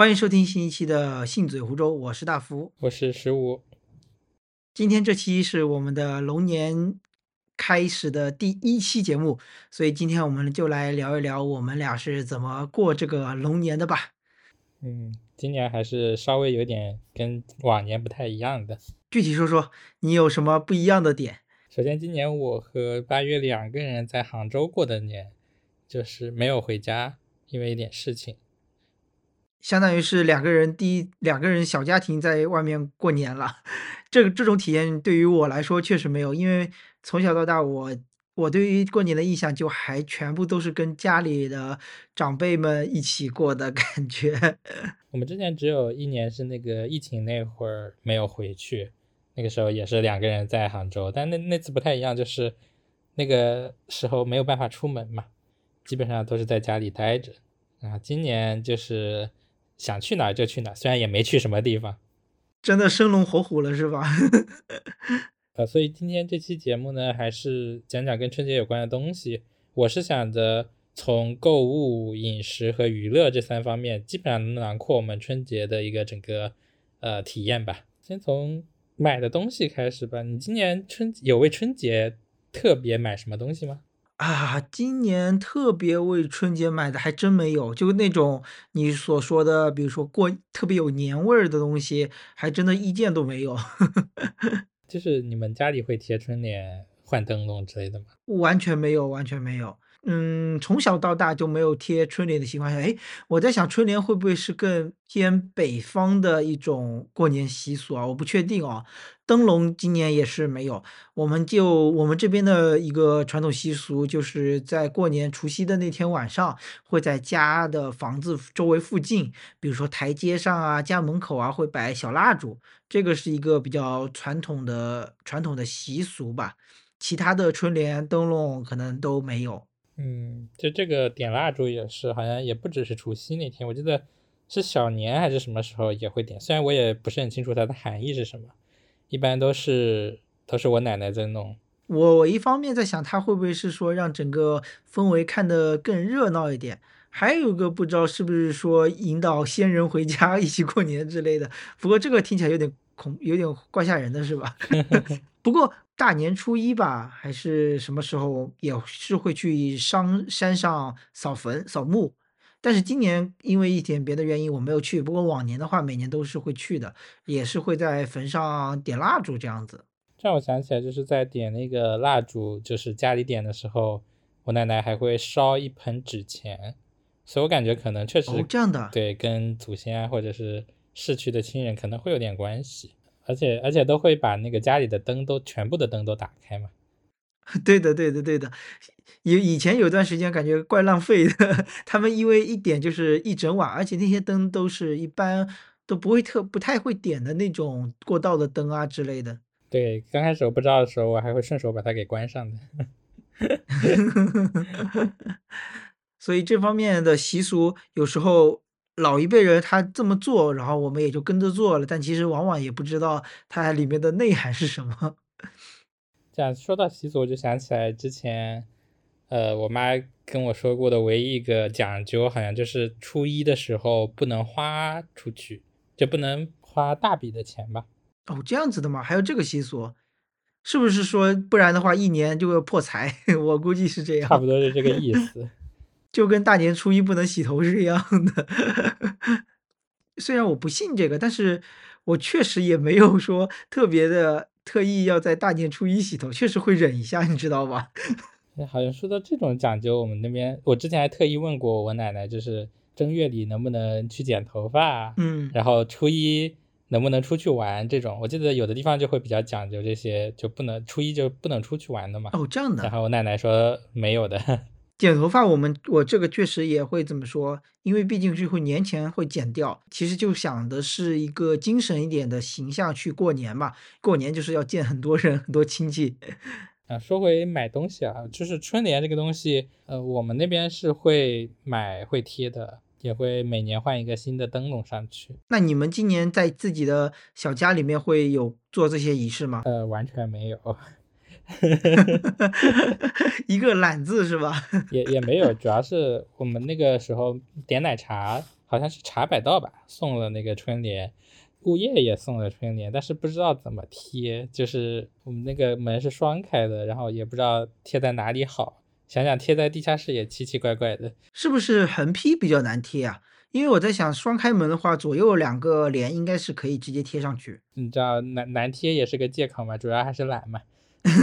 欢迎收听新一期的信嘴湖州，我是大福。 我是15。 今天这期是我们的龙年开始的第一期节目，所以今天我们就来聊一聊我们俩是怎么过这个龙年的吧。 今年还是稍微有点跟往年不太一样的。 具体说说你有什么不一样的点？ 首先，今年我和八月两个人在杭州过的年，就是没有回家，因为一点事情。 相当于是两个人小家庭在外面过年了。这种体验对于我来说确实没有，因为从小到大我对于过年的印象就还全部都是跟家里的长辈们一起过的感觉。 我们之前只有一年是那个疫情那会儿没有回去，那个时候也是两个人在杭州，但那次不太一样，就是那个时候没有办法出门嘛，基本上都是在家里待着。然后今年就是想去哪儿就去哪儿，虽然也没去什么地方。 真的生龙活虎了是吧？ 所以今天这期节目呢，还是讲讲跟春节有关的东西。我是想着从购物、饮食和娱乐这三方面，基本上能囊括我们春节的一个整个体验吧。先从买的东西开始吧。你今年有为春节特别买什么东西吗？ 今年特别为春节买的还真没有，就那种你所说的，比如说特别有年味儿的东西，还真的一件都没有。 就是你们家里会贴春联、换灯笼之类的吗？ 完全没有，完全没有。从小到大就没有贴春联的习惯。哎，我在想春联会不会是更偏北方的一种过年习俗啊？我不确定哦。灯笼今年也是没有。我们这边的一个传统习俗，就是在过年除夕的那天晚上，会在家的房子周围附近，比如说台阶上啊、家门口啊，会摆小蜡烛。这个是一个比较传统的习俗吧。其他的春联、灯笼可能都没有。 就这个点蜡烛也是，好像也不只是除夕那天，我记得是小年还是什么时候也会点，虽然我也不是很清楚它的含义是什么，一般都是我奶奶在弄。 我一方面在想，他会不会是说让整个氛围看得更热闹一点，还有一个不知道是不是说引导先人回家一起过年之类的。不过这个听起来有点怪吓人的是吧？不过大年初一吧，还是什么时候也是会去山上扫坟、扫墓。但是今年因为一点别的原因我没有去，不过往年的话每年都是会去的，也是会在坟上点蜡烛这样子。 这让我想起来，就是在点那个蜡烛，就是家里点的时候，我奶奶还会烧一盆纸钱，所以我感觉可能确哦， 实这样的。 对跟祖先啊或者是逝去的亲人可能会有点关系，而且都会把那个家里的灯都全部的灯都打开嘛。 对的对的对的。以前有段时间感觉怪浪费的。他们因为一点就是一整晚，而且那些灯都是一般都不太会点的那种过道的灯啊之类的。 对，刚开始我不知道的时候，我还会顺手把它给关上的。 所以这方面的习俗，有时候老一辈人他这么做，然后我们也就跟着做了，但其实往往也不知道它里面的内涵是什么。 这样说到习俗，我就想起来之前，我妈跟我说过的唯一一个讲究，好像就是初一的时候不能花出去，就不能花大笔的钱吧， 哦，这样子的吗？还有这个习俗？是不是说不然的话一年就会破财？我估计是这差不样。 多是这个意思。 就跟大年初一不能洗头是一样的。虽然我不信这个，但是我确实也没有说特别的特意要在大年初一洗头，确实会忍一下，你知道吧？ 好像说到这种讲究，我们那边我之前还特意问过我奶奶，就是正月里能不能去剪头发， 嗯。 然后初一能不能出去玩这种。我记得有的地方就会比较讲究这些，就不能初一就不能出去玩的嘛。 哦，这样的。 然后我奶奶说没有的。 剪头发我这个确实也会怎么说，因为毕竟是会年前会剪掉，其实就想的是一个精神一点的形象去过年嘛，过年就是要见很多人，很多亲戚。 说回买东西啊，就是春联这个东西，我们那边是会买会贴的，也会每年换一个新的灯笼上去。 那你们今年在自己的小家里面会有做这些仪式吗？ 完全没有。 一个懒字是吧？ 也没有，主要是我们那个时候点奶茶， 好像是茶百道吧，送了那个春联，物业也送了春联，但是不知道怎么贴，就是我们那个门是双开的，然后也不知道贴在哪里好，想想贴在地下室也奇奇怪怪的。 是不是横批比较难贴啊？因为我在想，双开门的话，左右两个联应该是可以直接贴上去。 你知道难贴也是个借口嘛，主要还是懒嘛。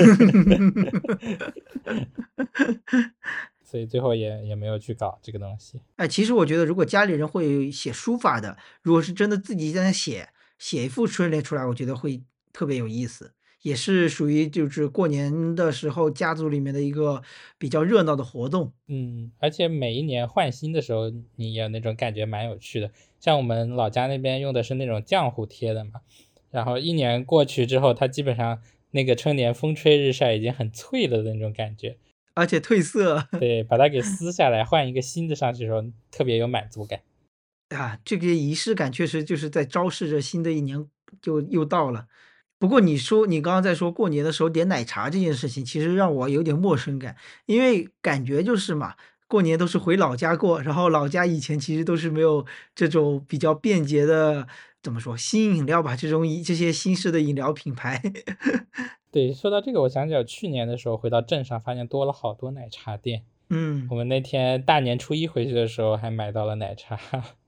所以最后也没有去搞这个东西。 哎，其实我觉得，如果家里人会写书法的，如果是真的自己在那写一副春联出来，我觉得会特别有意思，也是属于就是过年的时候家族里面的一个比较热闹的活动。 而且每一年换新的时候，你有那种感觉蛮有趣的。像我们老家那边用的是那种浆糊贴的嘛，然后一年过去之后，它基本上那个春联风吹日晒已经很脆了的那种感觉。 而且褪色。 对，把它给撕下来，换一个新的上去的时候，特别有满足感。 啊，这个仪式感确实就是在昭示着新的一年就又到了。不过你刚刚在说过年的时候点奶茶这件事情，其实让我有点陌生感，因为感觉就是嘛，过年都是回老家过，然后老家以前其实都是没有这种比较便捷的，怎么说，新饮料吧，这些新式的饮料品牌。 对，说到这个，我想起来去年的时候回到镇上，发现多了好多奶茶店。 嗯。 我们那天大年初一回去的时候，还买到了奶茶。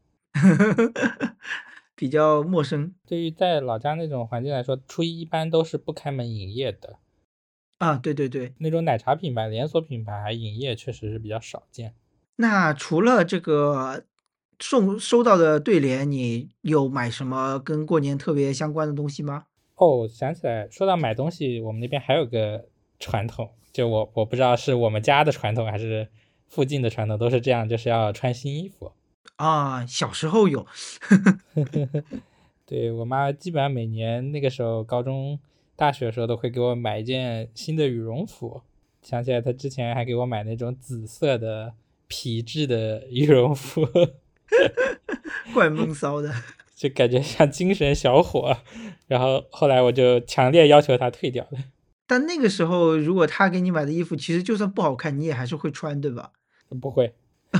比较陌生。 对于在老家那种环境来说，初一一般都是不开门营业的。 啊，对对对。 那种奶茶品牌、连锁品牌营业确实是比较少见。 那除了这个收到的对联，你有买什么跟过年特别相关的东西吗？ 哦，想起来，说到买东西，我们那边还有个传统，就我不知道是我们家的传统还是附近的传统，都是这样，就是要穿新衣服。 啊，小时候有。 对，我妈基本上每年那个时候高中、大学的时候都会给我买一件新的羽绒服。想起来，她之前还给我买那种紫色的皮质的羽绒服。 怪闷骚的。 就感觉像精神小伙。然后后来我就强烈要求她退掉了。 但那个时候，如果他给你买的衣服，其实就算不好看，你也还是会穿，对吧？ 不会。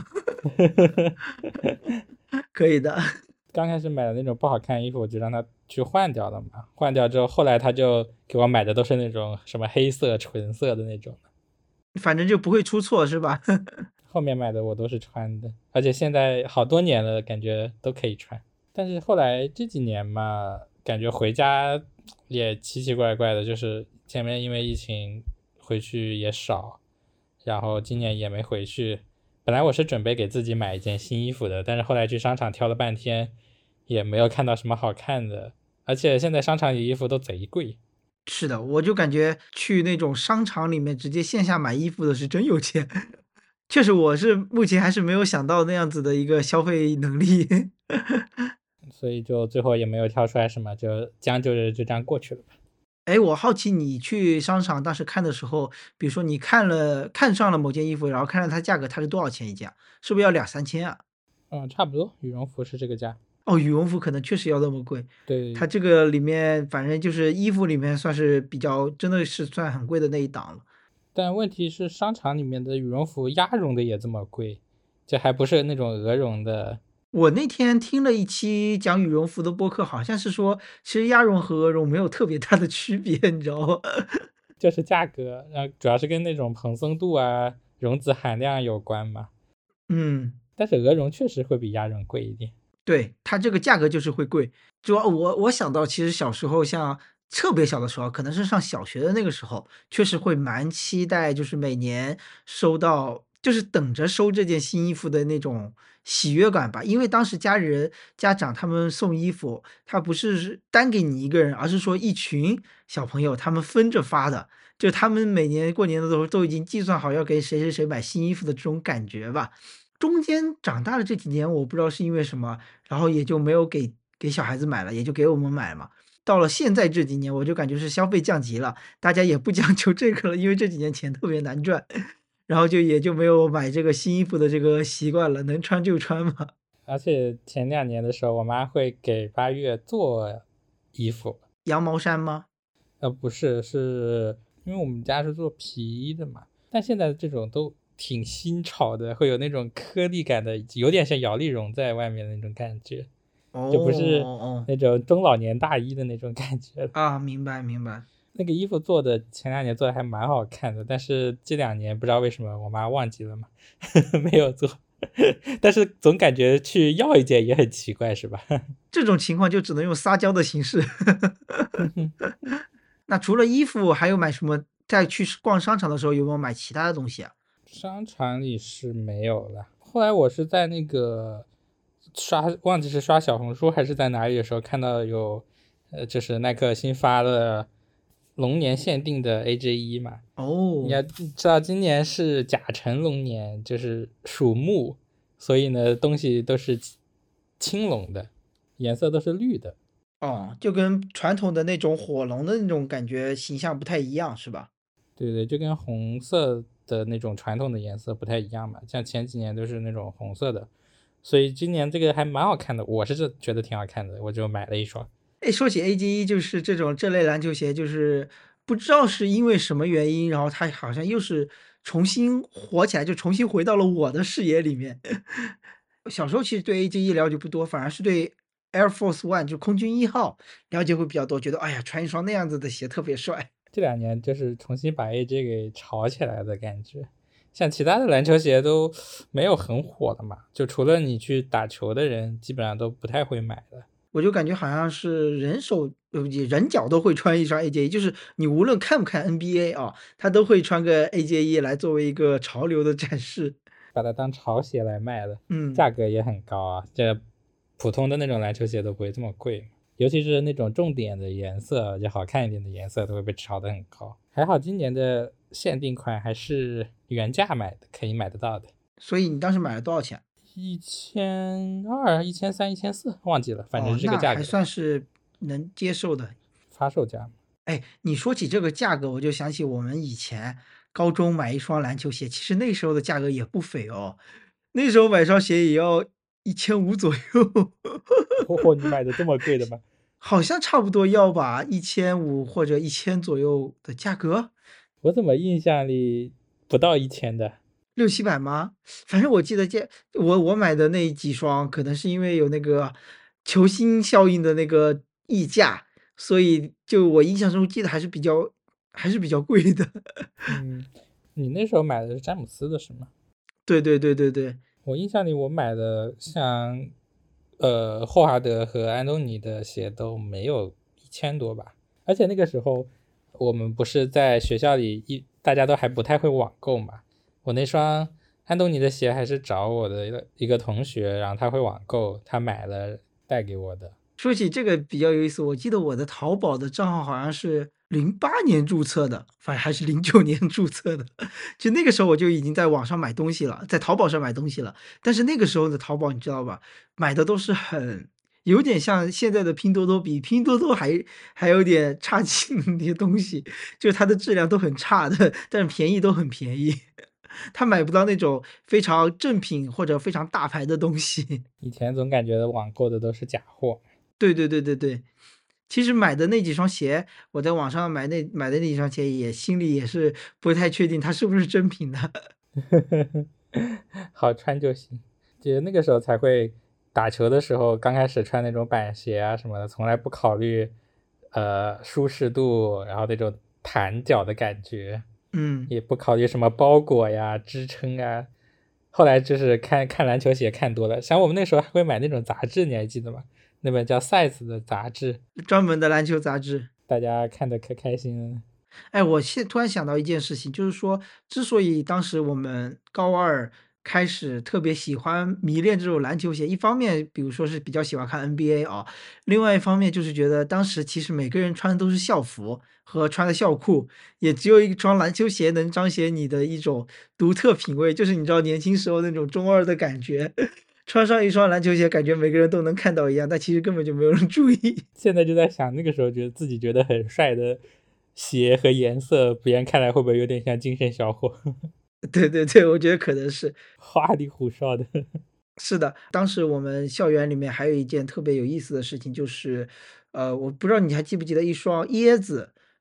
可以的。 刚开始买的那种不好看的衣服，我就让她去换掉了嘛。换掉之后，后来她就给我买的都是那种什么黑色、纯色的那种。 反正就不会出错，是吧？ 后面买的我都是穿的，而且现在好多年了，感觉都可以穿。但是后来这几年嘛，感觉回家也奇奇怪怪的，就是前面因为疫情回去也少，然后今年也没回去。本来我是准备给自己买一件新衣服的，但是后来去商场挑了半天，也没有看到什么好看的，而且现在商场里衣服都贼贵。 是的，我就感觉去那种商场里面直接线下买衣服的是真有钱。确实，我是目前还是没有想到那样子的一个消费能力。 所以就最后也没有挑出来什么，就将就着就这样过去了吧。 哎，我好奇你去商场当时看的时候，比如说你看上了某件衣服，然后看了它价格，它是多少钱一件啊？是不是要两三千啊？ 差不多，羽绒服是这个价。 哦，羽绒服可能确实要那么贵。它对， 这个里面反正就是衣服里面算是比较真的是算很贵的那一档了。 但问题是商场里面的羽绒服鸭绒的也这么贵，这还不是那种鹅绒的。 我那天听了一期讲羽绒服的播客，好像是说，其实鸭绒和鹅绒没有特别大的区别，你知道吗？ 就是价格，然后主要是跟那种蓬松度啊、绒子含量有关嘛。 嗯。 但是鹅绒确实会比鸭绒贵一点。 对，它这个价格就是会贵。主要我想到，其实小时候像特别小的时候，可能是上小学的那个时候，确实会蛮期待，就是每年收到，就是等着收这件新衣服的那种喜悦感吧。因为当时家长他们送衣服，他不是单给你一个人，而是说一群小朋友他们分着发的，就他们每年过年的时候都已经计算好要给谁谁谁买新衣服的这种感觉吧。中间长大了这几年，我不知道是因为什么，然后也就没有给小孩子买了，也就给我们买嘛。到了现在这几年，我就感觉是消费降级了，大家也不讲究这个了，因为这几年钱特别难赚，然后也就没有买这个新衣服的这个习惯了，能穿就穿嘛。 而且前2年的时候，我妈会给8月做衣服。 羊毛衫吗？ 不是，是因为我们家是做皮衣的嘛，但现在这种都挺新潮的，会有那种颗粒感的，有点像摇粒绒在外面的那种感觉， 哦就不是哦那种中老年大衣的那种感觉。 啊，明白明白。 那个衣服做的前2年做的还蛮好看的，但是这2年不知道为什么我妈忘记了嘛，没有做。但是总感觉去要一件也很奇怪，是吧？ 这种情况就只能用撒娇的形式。那除了衣服，还有买什么在去逛商场的时候，有没有买其他的东西啊？ 商场里是没有了。后来我是在那个忘记是刷小红书还是在哪里的时候看到有，就是耐克新发的龙年限定的 AJ1嘛。你哦， 要知道今年是甲辰龙年，就是属木，所以呢东西都是青龙的，颜色都是绿的。 哦，就跟传统的那种火龙的那种感觉形象不太一样，是吧？ 对对，就跟红色的那种传统的颜色不太一样嘛，像前几年都是那种红色的，所以今年这个还蛮好看的，我是觉得挺好看的，我就买了一双。 哎，说起 AJ1，就是这类篮球鞋，就是不知道是因为什么原因，然后它好像又是重新火起来，就重新回到了我的视野里面。小时候其实对 AJ1了解不多，反而是对 Air Force One 就空军1号了解会比较多，觉得哎呀，穿一双那样子的鞋特别帅。 这2年就是重新把 AJ 给炒起来的感觉，像其他的篮球鞋都没有很火的嘛，就除了你去打球的人，基本上都不太会买的。 我就感觉好像是人脚都会穿一双 AJ1，就是你无论看不看 NBA 啊，他都会穿个 AJ1来作为一个潮流的展示。 把它当潮鞋来卖的， 嗯。 价格也很高啊，这普通的那种篮球鞋都不会这么贵，尤其是那种重点的颜色，就好看一点的颜色都会被炒得很高。还好今年的限定款还是原价买的，可以买得到的。 所以你当时买了多少钱？ 1200、1300、1400，忘记了，反正哦， 是这个那还价格。 算是能接受的。 发售价。 哎，你说起这个价格，我就想起我们以前高中买一双篮球鞋，其实那时候的价格也不菲哦，那时候买双鞋也要1500左右。 哦，你买的这么贵的吗？ 好像差不多要吧，1500或者1000左右的价格。 我怎么印象里不到1000的？ 600-700吗？反正我记得我买的那几双，可能是因为有那个球星效应的那个溢价，所以就我印象中记得还是比较贵的。 嗯，你那时候买的是詹姆斯的是吗？ 对对对对对。 我印象里我买的像霍华德和安东尼的鞋都没有1000多吧，而且那个时候我们不是在学校里大家都还不太会网购嘛，我那双安东尼的鞋还是找我的一个同学，然后他会网购，他买了带给我的。 说起这个比较有意思，我记得我的淘宝的账号好像是08年注册的，反正还是09年注册的。就那个时候我就已经在网上买东西了，在淘宝上买东西了。但是那个时候的淘宝你知道吧，买的都是有点像现在的拼多多，比拼多多还有点差劲的那些东西，就是它的质量都很差的，但是便宜都很便宜。他买不到那种非常正品或者非常大牌的东西。 以前总感觉网购的都是假货。 对对对对对。其实买的那几双鞋，我在网上买的那几双鞋也心里也是不太确定它是不是真品的。 好穿就行。就那个时候才会打球的时候，刚开始穿那种板鞋啊什么的，从来不考虑舒适度，然后那种弹脚的感觉， 嗯。 也不考虑什么包裹呀、支撑啊。后来就是看看篮球鞋看多了，像我们那时候还会买那种杂志，你还记得吗？那本叫 Size 的杂志， 专门的篮球杂志。 大家看得可开心了。 哎，我突然想到一件事情，就是说，之所以当时我们高二开始特别喜欢迷恋这种篮球鞋，一方面比如说是比较喜欢看 NBA 啊，另外一方面就是觉得当时其实每个人穿的都是校服和穿的校裤，也只有一双篮球鞋能彰显你的一种独特品味，就是你知道年轻时候那种中二的感觉。穿上一双篮球鞋，感觉每个人都能看到一样，但其实根本就没有人注意。 现在就在想，那个时候自己觉得很帅的鞋和颜色，别人看来会不会有点像精神小伙？ 对对对，我觉得可能是。 花里胡哨的。 是的，当时我们校园里面还有一件特别有意思的事情，就是，我不知道你还记不记得一双椰子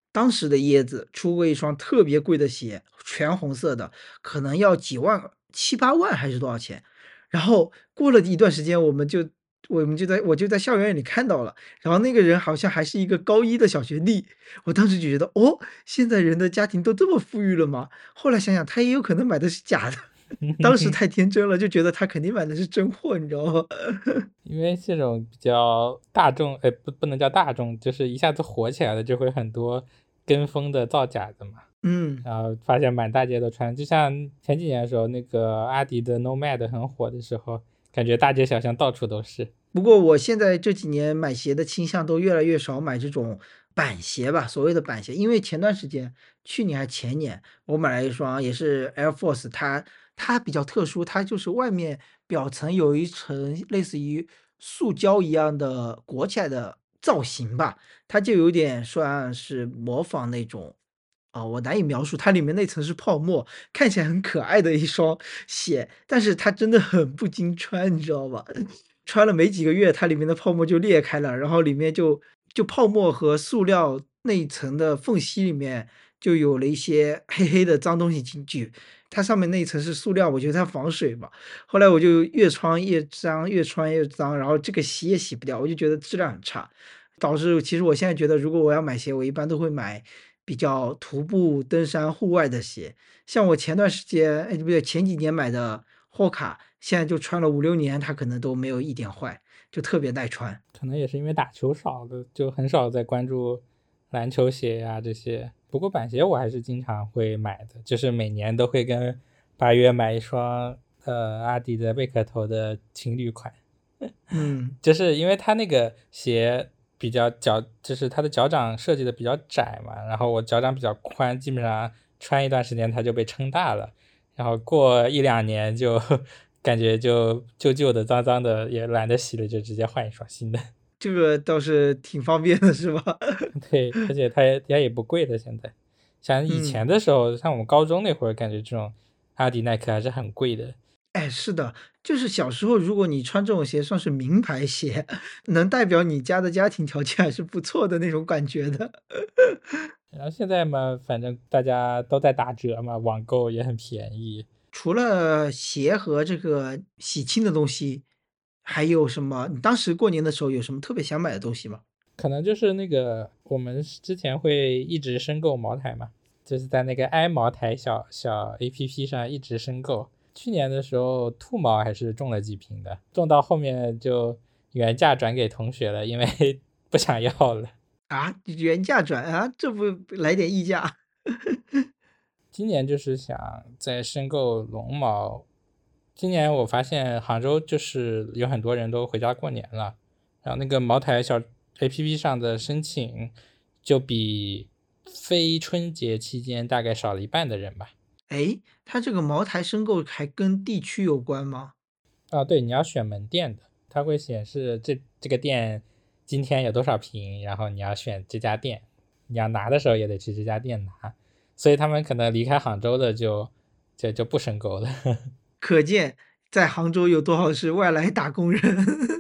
当时的椰子出过一双特别贵的鞋，全红色的，可能要几万、7、8万还是多少钱。然后过了一段时间，我就在校园里看到了，然后那个人好像还是一个高一的小学弟，我当时就觉得，哦，现在人的家庭都这么富裕了吗？后来想想，他也有可能买的是假的，当时太天真了，就觉得他肯定买的是真货，你知道吗？ 因为这种比较大众，不能叫大众，就是一下子火起来的，就会很多跟风的造假的嘛。 嗯。 然后发现满大街都穿，就像前几年的时候，那个阿迪的 Nomad 很火的时候，感觉大街小巷到处都是。 不过我现在这几年买鞋的倾向都越来越少买这种板鞋吧，所谓的板鞋，因为前段时间，去年还前年，我买了一双也是 Air Force，它比较特殊，它就是外面表层有一层类似于塑胶一样的裹起来的造型吧，它就有点算是模仿那种，我难以描述，它里面那层是泡沫，看起来很可爱的一双鞋，但是它真的很不经穿，你知道吧？穿了没几个月，它里面的泡沫就裂开了，然后里面就泡沫和塑料那一层的缝隙里面就有了一些黑黑的脏东西进去。它上面那一层是塑料，我觉得它防水吧。后来我就越穿越脏，越穿越脏，然后这个洗也洗不掉，我就觉得质量很差，导致其实我现在觉得，如果我要买鞋，我一般都会买比较徒步、登山、户外的鞋。像我前段时间，哎，不对，前几年买的霍卡，现在就穿了5、6年，它可能都没有一点坏，就特别耐穿。 可能也是因为打球少了，就很少在关注篮球鞋呀这些。不过板鞋我还是经常会买的，就是每年都会跟8月买一双阿迪的贝壳头的情侣款。 嗯。 就是因为它那个鞋比较就是它的脚掌设计的比较窄嘛，然后我脚掌比较宽，基本上穿一段时间它就被撑大了，然后过1、2年就感觉就旧旧的、脏脏的，也懒得洗了，就直接换一双新的。 这个倒是挺方便的，是吧？ 对，而且它也不贵的，现在。像以前嗯。 的时候，像我们高中那会儿，感觉这种阿迪、耐克还是很贵的。 哎，是的，就是小时候如果你穿这种鞋算是名牌鞋，能代表你家的家庭条件还是不错的那种感觉的。 然后现在嘛，反正大家都在打折嘛，网购也很便宜。 除了鞋和这个喜庆的东西，还有什么你当时过年的时候有什么特别想买的东西吗？ 可能就是那个我们之前会一直申购茅台嘛，就是在那个爱茅台小 APP 上一直申购。去年的时候兔毛还是中了几瓶的，中到后面就原价转给同学了，因为不想要了。 啊，原价转啊，这不来点溢价？ 今年就是想再申购龙毛。今年我发现杭州就是有很多人都回家过年了，然后那个茅台小 APP 上的申请就比非春节期间大概少了一半的人吧。 哎，它这个茅台申购还跟地区有关吗？ 啊，对，你要选门店的，它会显示这个店今天有多少瓶，然后你要选这家店，你要拿的时候也得去这家店拿，所以他们可能离开杭州的就不申购了。 可见在杭州有多少是外来打工人。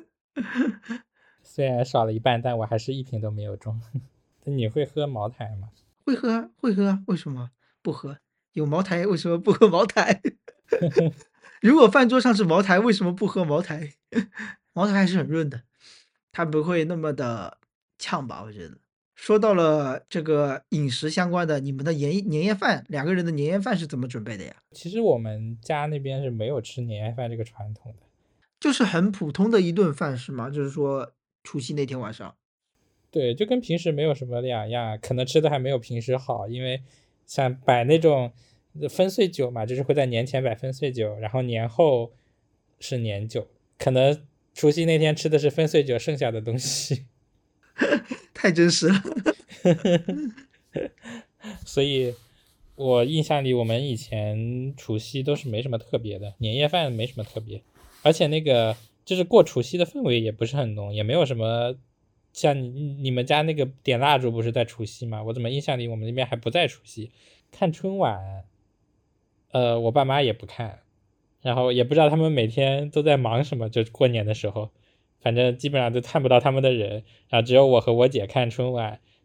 虽然少了一半，但我还是一瓶都没有中。你会喝茅台吗？ 会喝啊，会喝啊，为什么不喝？有茅台为什么不喝茅台？如果饭桌上是茅台，为什么不喝茅台？茅台还是很润的，它不会那么的呛吧，我觉得。说到了这个饮食相关的，你们的年夜饭，两个人的年夜饭是怎么准备的呀？ 其实我们家那边是没有吃年夜饭这个传统的。 就是很普通的一顿饭是吗？就是说除夕那天晚上。 对，就跟平时没有什么两样，可能吃的还没有平时好，因为像摆那种分岁酒嘛，就是会在年前摆分岁酒，然后年后是年酒，可能除夕那天吃的是分岁酒剩下的东西。 太真实了。 所以我印象里我们以前除夕都是没什么特别的，年夜饭没什么特别，而且那个就是过除夕的氛围也不是很浓，也没有什么像你们家那个点蜡烛不是在除夕吗？我怎么印象里我们那边还不在除夕？看春晚，我爸妈也不看，然后也不知道他们每天都在忙什么，就过年的时候，反正基本上都看不到他们的人，然后只有我和我姐看春晚，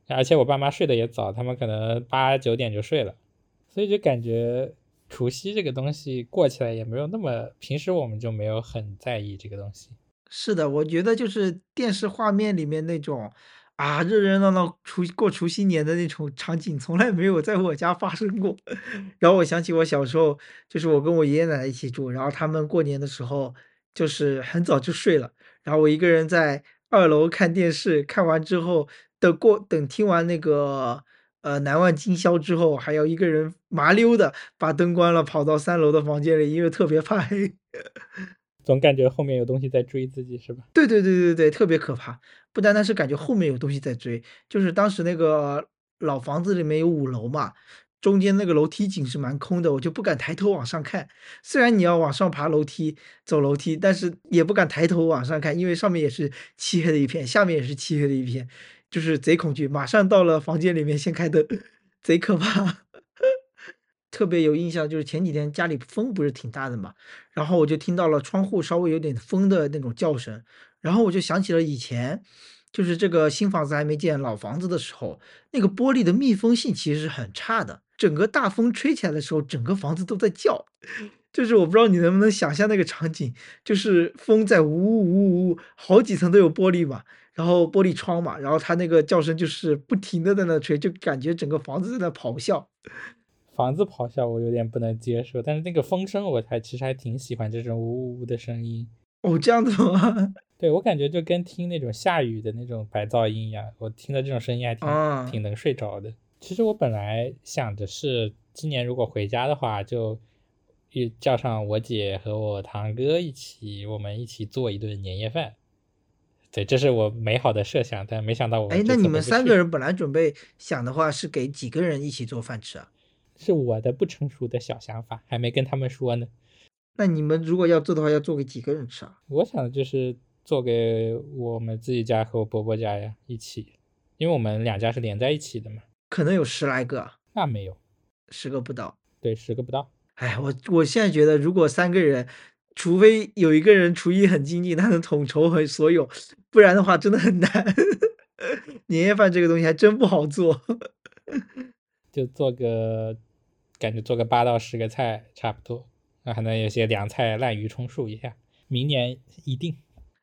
而且我爸妈睡得也早，他们可能8、9点就睡了，所以就感觉除夕这个东西过起来也没有那么，平时我们就没有很在意这个东西。 是的，我觉得就是电视画面里面那种，啊，热热闹闹过除夕年的那种场景，从来没有在我家发生过。然后我想起我小时候，就是我跟我爷爷奶奶一起住，然后他们过年的时候就是很早就睡了，然后我一个人在2楼看电视，看完之后等听完那个南万今宵之后，还要一个人麻溜的把灯关了，跑到3楼的房间里，因为特别怕黑。 总感觉后面有东西在追自己，是吧？ 对对对对对，特别可怕。不单单是感觉后面有东西在追，就是当时那个老房子里面有5楼嘛，中间那个楼梯井是蛮空的，我就不敢抬头往上看。虽然你要往上爬楼梯、走楼梯，但是也不敢抬头往上看，因为上面也是漆黑的一片，下面也是漆黑的一片，就是贼恐惧。马上到了房间里面先开灯，贼可怕。特别有印象，就是前几天家里风不是挺大的嘛，然后我就听到了窗户稍微有点风的那种叫声，然后我就想起了以前，就是这个新房子还没建老房子的时候，那个玻璃的密封性其实是很差的，整个大风吹起来的时候，整个房子都在叫，就是我不知道你能不能想象那个场景，就是风在呜呜呜呜，好几层都有玻璃嘛，然后玻璃窗嘛，然后它那个叫声就是不停的在那吹，就感觉整个房子在那咆哮。 房子咆哮我有点不能接受，但是那个风声我其实还挺喜欢这种呜呜呜的声音。 哦，这样子吗？ 对，我感觉就跟听那种下雨的那种白噪音一样，我听到这种声音还挺啊， 能睡着的。其实我本来想的是，今年如果回家的话，就叫上我姐和我堂哥一起，我们一起做一顿年夜饭。对，这是我美好的设想，但没想到我哎，那这次你们三个回不去。 人本来准备想的话，是给几个人一起做饭吃啊？ 是我的不成熟的小想法，还没跟他们说呢。 那你们如果要做的话，要做给几个人吃啊？ 我想的就是做给我们自己家和我伯伯家呀一起，因为我们两家是连在一起的嘛。 可能有10来个啊那没有， 10个不到。 对，10个不到。 哎，我现在觉得，如果3个人，除非有一个人厨艺很精进，他能统筹和所有，不然的话真的很难。年夜饭这个东西还真不好做。 就感觉做个8到10个菜差不多，还能有些凉菜滥竽充数一下。明年一定。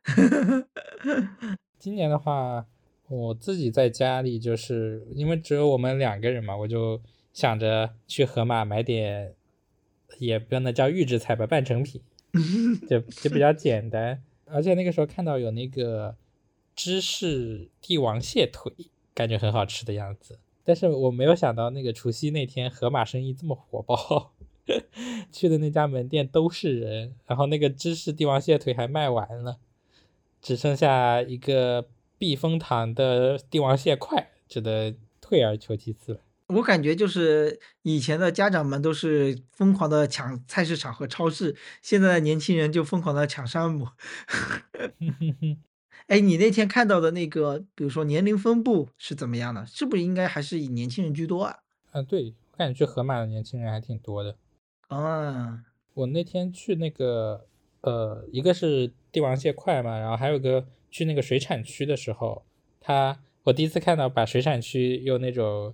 今年的话，我自己在家里，就是因为只有我们2个人嘛，我就想着去盒马买点，也不能叫预制菜吧，半成品，就比较简单。而且那个时候看到有那个芝士帝王蟹腿，感觉很好吃的样子。但是我没有想到那个除夕那天盒马生意这么火爆，去的那家门店都是人，然后那个芝士帝王蟹腿还卖完了，只剩下一个避风塘的帝王蟹块，只得退而求其次了。 我感觉就是以前的家长们都是疯狂的抢菜市场和超市，现在的年轻人就疯狂的抢山姆。哎，你那天看到的那个，比如说年龄分布是怎么样的？是不是应该还是以年轻人居多啊？ 对，我感觉去盒马的年轻人还挺多的。 啊， 我那天去那个，一个是帝王蟹块嘛，然后还有个去那个水产区的时候，我第一次看到把水产区用那种，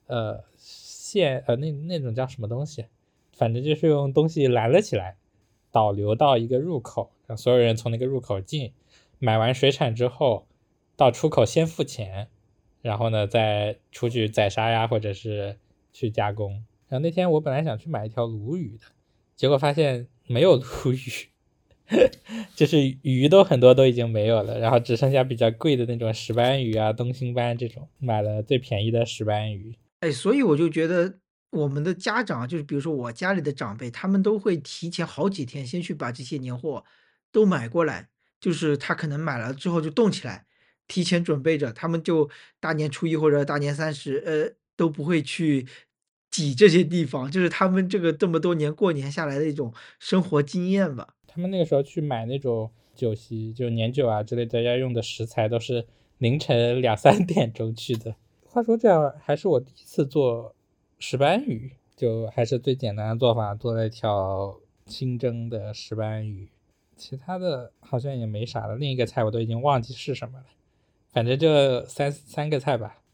那种叫什么东西，反正就是用东西拦了起来，导流到一个入口，让所有人从那个入口进，买完水产之后，到出口先付钱，然后呢再出去宰杀呀，或者是去加工。然后那天我本来想去买一条鲈鱼的，结果发现没有鲈鱼，就是鱼都很多都已经没有了，然后只剩下比较贵的那种石斑鱼啊、东星斑这种，买了最便宜的石斑鱼。 哎，所以我就觉得我们的家长，就是比如说我家里的长辈，他们都会提前好几天先去把这些年货都买过来，就是他可能买了之后就冻起来，提前准备着，他们就大年初一或者大年30，都不会去挤这些地方，就是他们这么多年过年下来的一种生活经验吧。 他们那个时候去买那种酒席，就年酒啊之类在家用的食材，都是凌晨2、3点钟去的。话说这样，还是我第一次做石斑鱼，就还是最简单的做法，做了一条清蒸的石斑鱼，其他的好像也没啥了。另一个菜我都已经忘记是什么了，反正就三个菜吧，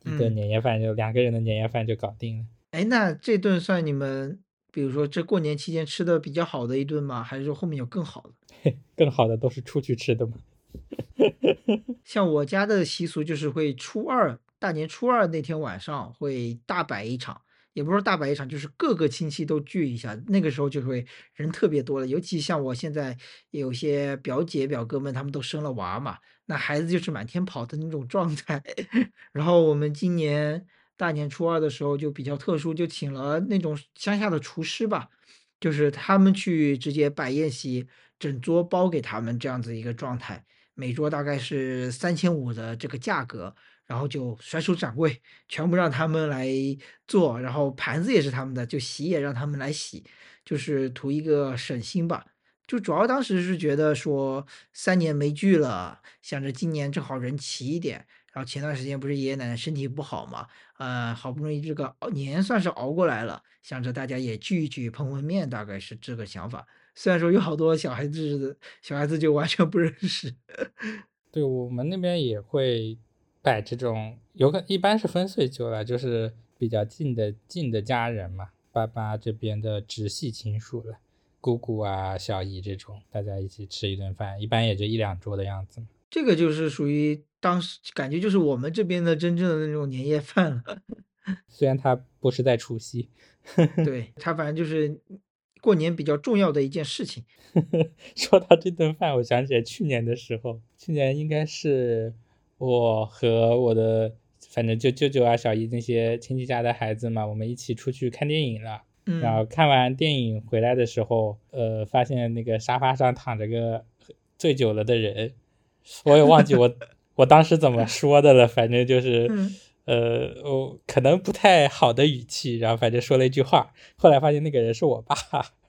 一顿嗯。 年夜饭，就两个人的年夜饭就搞定了。 哎，那这顿算你们比如说这过年期间吃的比较好的一顿吗？还是说后面有更好的？ 更好的都是出去吃的嘛。 像我家的习俗就是会初二，大年初二那天晚上会大摆一场，也不是说大摆一场，就是各个亲戚都聚一下，那个时候就会人特别多了。尤其像我现在有些表姐表哥们，他们都生了娃嘛，那孩子就是满天跑的那种状态。然后我们今年大年初二的时候就比较特殊，就请了那种乡下的厨师吧，就是他们去直接摆宴席，整桌包给他们这样子一个状态。每桌大概是3500的这个价格，然后就甩手掌柜，全部让他们来做，然后盘子也是他们的，就洗也让他们来洗，就是图一个省心吧。就主要当时是觉得说3年没聚了，想着今年正好人齐一点，然后前段时间不是爷爷奶奶身体不好嘛，好不容易这个年算是熬过来了，想着大家也聚一聚，碰碰面，大概是这个想法。虽然说有好多小孩子就完全不认识。 对，我们那边也会摆这种，一般是分岁酒了，就是比较近的家人嘛，爸爸这边的直系亲属了，姑姑啊、小姨这种，大家一起吃一顿饭，一般也就一两桌的样子嘛。 这个就是属于当时感觉就是我们这边的真正的那种年夜饭了。 虽然他不是在除夕。 对，它反正就是过年比较重要的一件事情。 说到这顿饭，我想起来去年的时候，去年应该是我和我的反正就舅舅啊、小姨那些亲戚家的孩子嘛，我们一起出去看电影了。然后嗯。 看完电影回来的时候，发现那个沙发上躺着个醉酒了的人，我也忘记我当时怎么说的了，反正就是嗯。 可能不太好的语气，然后反正说了一句话，后来发现那个人是我爸。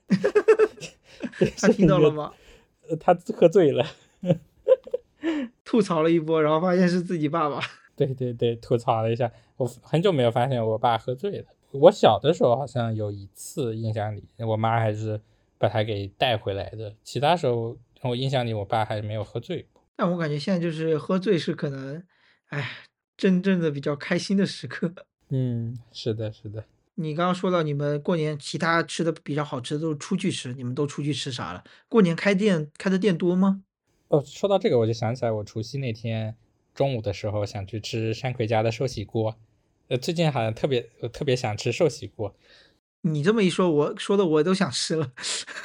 他听到了吗？ 他喝醉了。 吐槽了一波，然后发现是自己爸爸。 对对对，吐槽了一下。我很久没有发现我爸喝醉了。我小的时候好像有一次印象里，我妈还是把他给带回来的。其他时候我印象里，我爸还没有喝醉过。 但我感觉现在就是喝醉是可能，哎，真正的比较开心的时刻。 嗯，是的，是的。 你刚刚说到你们过年其他吃的比较好吃的都是出去吃，你们都出去吃啥了？过年开的店多吗？ 哦，说到这个，我就想起来，我除夕那天中午的时候想去吃山葵家的寿喜锅。最近好像特别想吃寿喜锅。 你这么一说，我说的我都想吃了。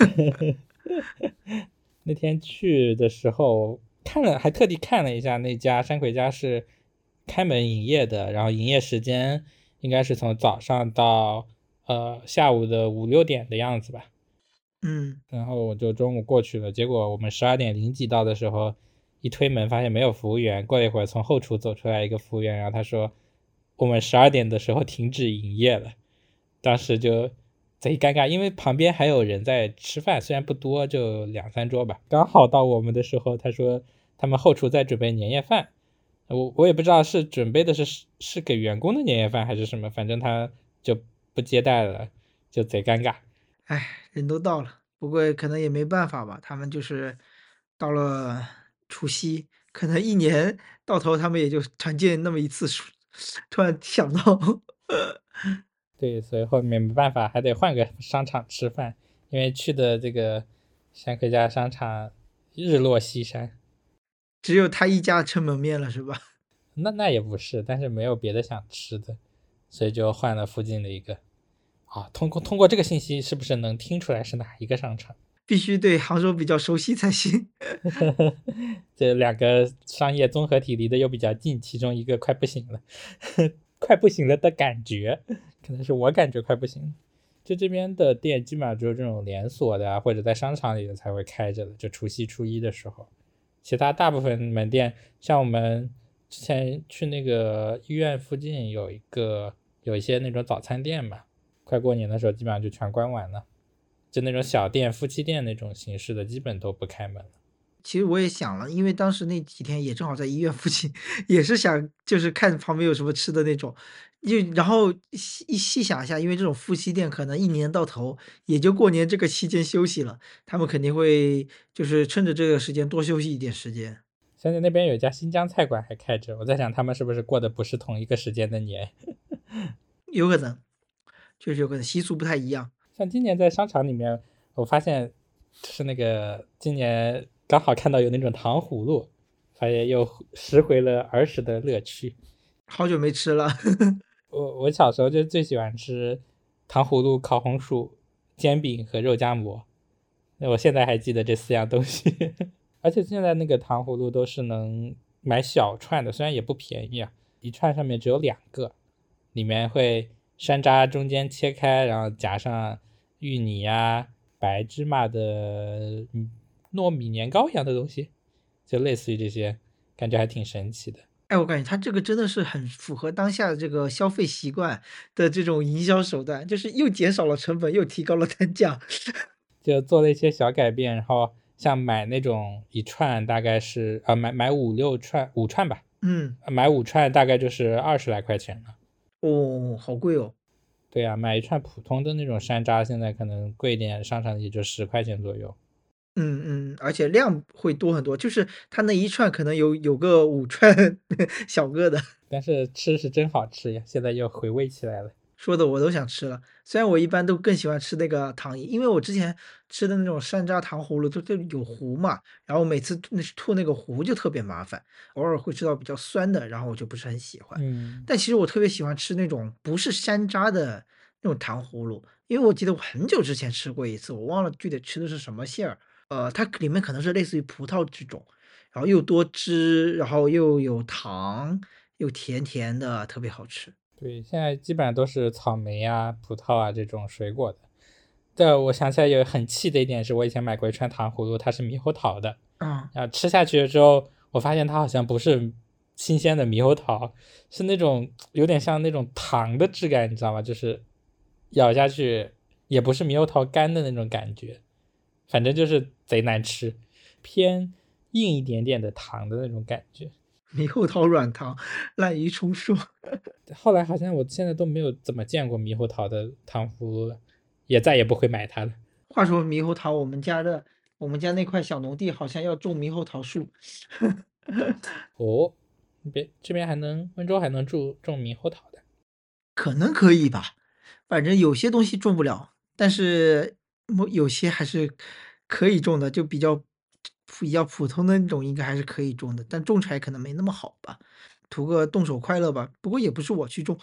那天去的时候还特地看了一下那家山葵家是开门营业的，然后营业时间应该是从早上到下午的5、6点的样子吧。 嗯。 然后我就中午过去了，结果我们12点零几到的时候，一推门发现没有服务员。过了一会儿，从后厨走出来一个服务员，然后他说我们12点的时候停止营业了。当时就贼尴尬，因为旁边还有人在吃饭，虽然不多，就2、3桌吧。刚好到我们的时候，他说他们后厨在准备年夜饭。我也不知道是准备的是给员工的年夜饭还是什么，反正他就不接待了，就贼尴尬。 哎，人都到了，不过可能也没办法吧，他们就是到了除夕，可能一年到头他们也就团建那么一次，突然想到。 对，所以后面没办法，还得换个商场吃饭，因为去的这个山科家商场日落西山。 只有他一家撑门面了，是吧？ 那也不是，但是没有别的想吃的，所以就换了附近的一个。通过这个信息，是不是能听出来是哪一个商场？ 必须对杭州比较熟悉才行。 这两个商业综合体离得又比较近，其中一个快不行了。快不行了的感觉，可能是我感觉快不行。就这边的店基本上只有这种连锁的啊，或者在商场里的才会开着的，就除夕初一的时候。其他大部分门店，像我们之前去那个医院附近有一些那种早餐店嘛，快过年的时候基本上就全关完了，就那种小店、夫妻店那种形式的，基本都不开门了。 其实我也想了，因为当时那几天也正好在医院附近，也是想就是看旁边有什么吃的那种，然后细想一下，因为这种夫妻店可能一年到头也就过年这个期间休息了，他们肯定会就是趁着这个时间多休息一点时间。 现在那边有一家新疆菜馆还开着，我在想他们是不是过的不是同一个时间的年。 有可能，确实有可能，习俗不太一样。 像今年在商场里面，我发现是那个今年刚好看到有那种糖葫芦，发现又拾回了儿时的乐趣。 好久没吃了。 我小时候就最喜欢吃糖葫芦、烤红薯、煎饼和肉夹馍，我现在还记得这4样东西。而且现在那个糖葫芦都是能买小串的，虽然也不便宜啊，一串上面只有2个，里面会山楂中间切开，然后夹上芋泥呀、白芝麻的糯米年糕一样的东西，就类似于这些，感觉还挺神奇的。 哎，我感觉它这个真的是很符合当下的这个消费习惯的这种营销手段，就是又减少了成本，又提高了单价。 就做了一些小改变，然后像买那种一串大概是买5串吧， 嗯， 买5串大概就是20来块钱了。 哦，好贵哦。 对啊，买一串普通的那种山楂现在可能贵一点，上场也就10块钱左右。 而且量会多很多，就是它那一串可能有个5串小个的。 但是吃是真好吃呀，现在又回味起来了。 说的我都想吃了。虽然我一般都更喜欢吃那个糖衣，因为我之前吃的那种山楂糖葫芦就有糊嘛，然后每次吐那个糊就特别麻烦，偶尔会吃到比较酸的，然后我就不是很喜欢。但其实我特别喜欢吃那种不是山楂的那种糖葫芦，因为我记得我很久之前吃过一次，我忘了具体吃的是什么馅儿，它里面可能是类似于葡萄这种，然后又多汁，然后又有糖，又甜甜的，特别好吃。 对，现在基本上都是草莓啊、葡萄啊这种水果的。但我想起来有很气的一点是，我以前买过一串糖葫芦，它是猕猴桃的， 啊、 然后吃下去了之后，我发现它好像不是新鲜的猕猴桃，是那种有点像那种糖的质感，你知道吗？就是咬下去也不是猕猴桃干的那种感觉，反正就是贼难吃，偏硬一点点的糖的那种感觉。 猕猴桃软糖，滥竽充数。 后来好像我现在都没有怎么见过猕猴桃的糖葫芦了，也再也不会买它了。 话说猕猴桃，我们家那块小农地好像要种猕猴桃树。 哦，这边温州还能种猕猴桃的。 可能可以吧，反正有些东西种不了，但是有些还是可以种的，就比较普通的那种，应该还是可以种的，但种出来可能没那么好吧，图个动手快乐吧。不过也不是我去种，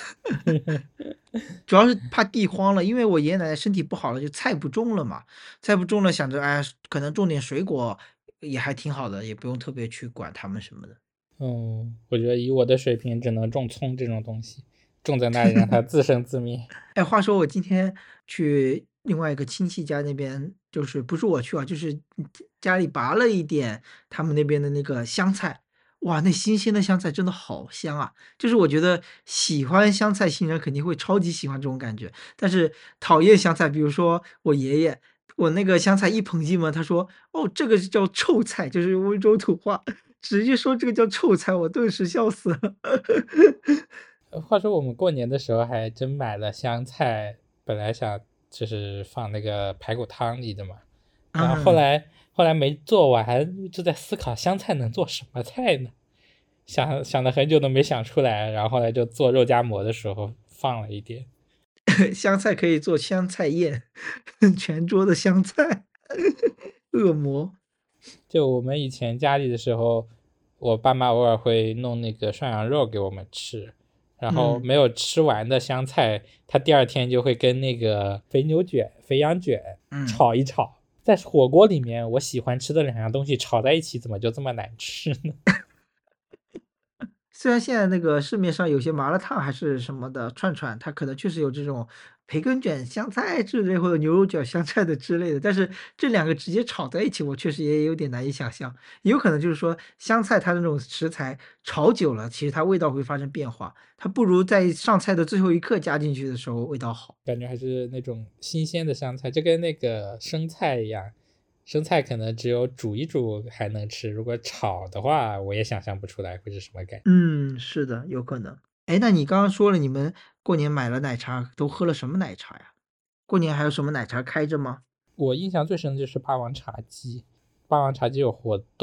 主要是怕地荒了，因为我爷爷奶奶身体不好了，就菜不种了嘛，菜不种了，想着哎，可能种点水果也还挺好的，也不用特别去管它们什么的。 我觉得以我的水平，只能种葱这种东西，种在那里让它自生自灭。 哎，话说我今天去另外一个亲戚家那边，就是不是我去啊，就是家里拔了一点他们那边的那个香菜，哇，那新鲜的香菜真的好香啊！就是我觉得喜欢香菜新人肯定会超级喜欢这种感觉，但是讨厌香菜，比如说我爷爷，我那个香菜一捧进门，他说：“哦，这个是叫臭菜，就是温州土话，直接说这个叫臭菜，我顿时笑死了。 话说我们过年的时候还真买了香菜，本来想就是放那个排骨汤里的嘛，然后后嗯。 来后来没做完，就在思考香菜能做什么菜呢？想了很久都没想出来，然后后来就做肉夹馍的时候放了一点。 香菜可以做香菜宴，全桌的香菜，恶魔。 就我们以前家里的时候，我爸妈偶尔会弄那个涮羊肉给我们吃，然后嗯没有吃完的香菜，他第二天就会跟那个肥牛卷、肥羊卷嗯。 炒一炒。在火锅里面，我喜欢吃的2样东西炒在一起，怎么就这么难吃呢？ 虽然现在那个市面上有些麻辣烫还是什么的串串，它可能确实有这种培根卷香菜之类，或者牛肉卷香菜的之类的，但是这两个直接炒在一起，我确实也有点难以想象。也有可能就是说香菜它那种食材炒久了，其实它味道会发生变化，它不如在上菜的最后一刻加进去的时候味道好。 感觉还是那种新鲜的香菜，就跟那个生菜一样，生菜可能只有煮一煮还能吃，如果炒的话，我也想象不出来会是什么感觉。 嗯，是的，有可能。哎，那你刚刚说了，你们过年买了奶茶，都喝了什么奶茶呀？过年还有什么奶茶开着吗？ 我印象最深的就是霸王茶姬，霸王茶姬有活动，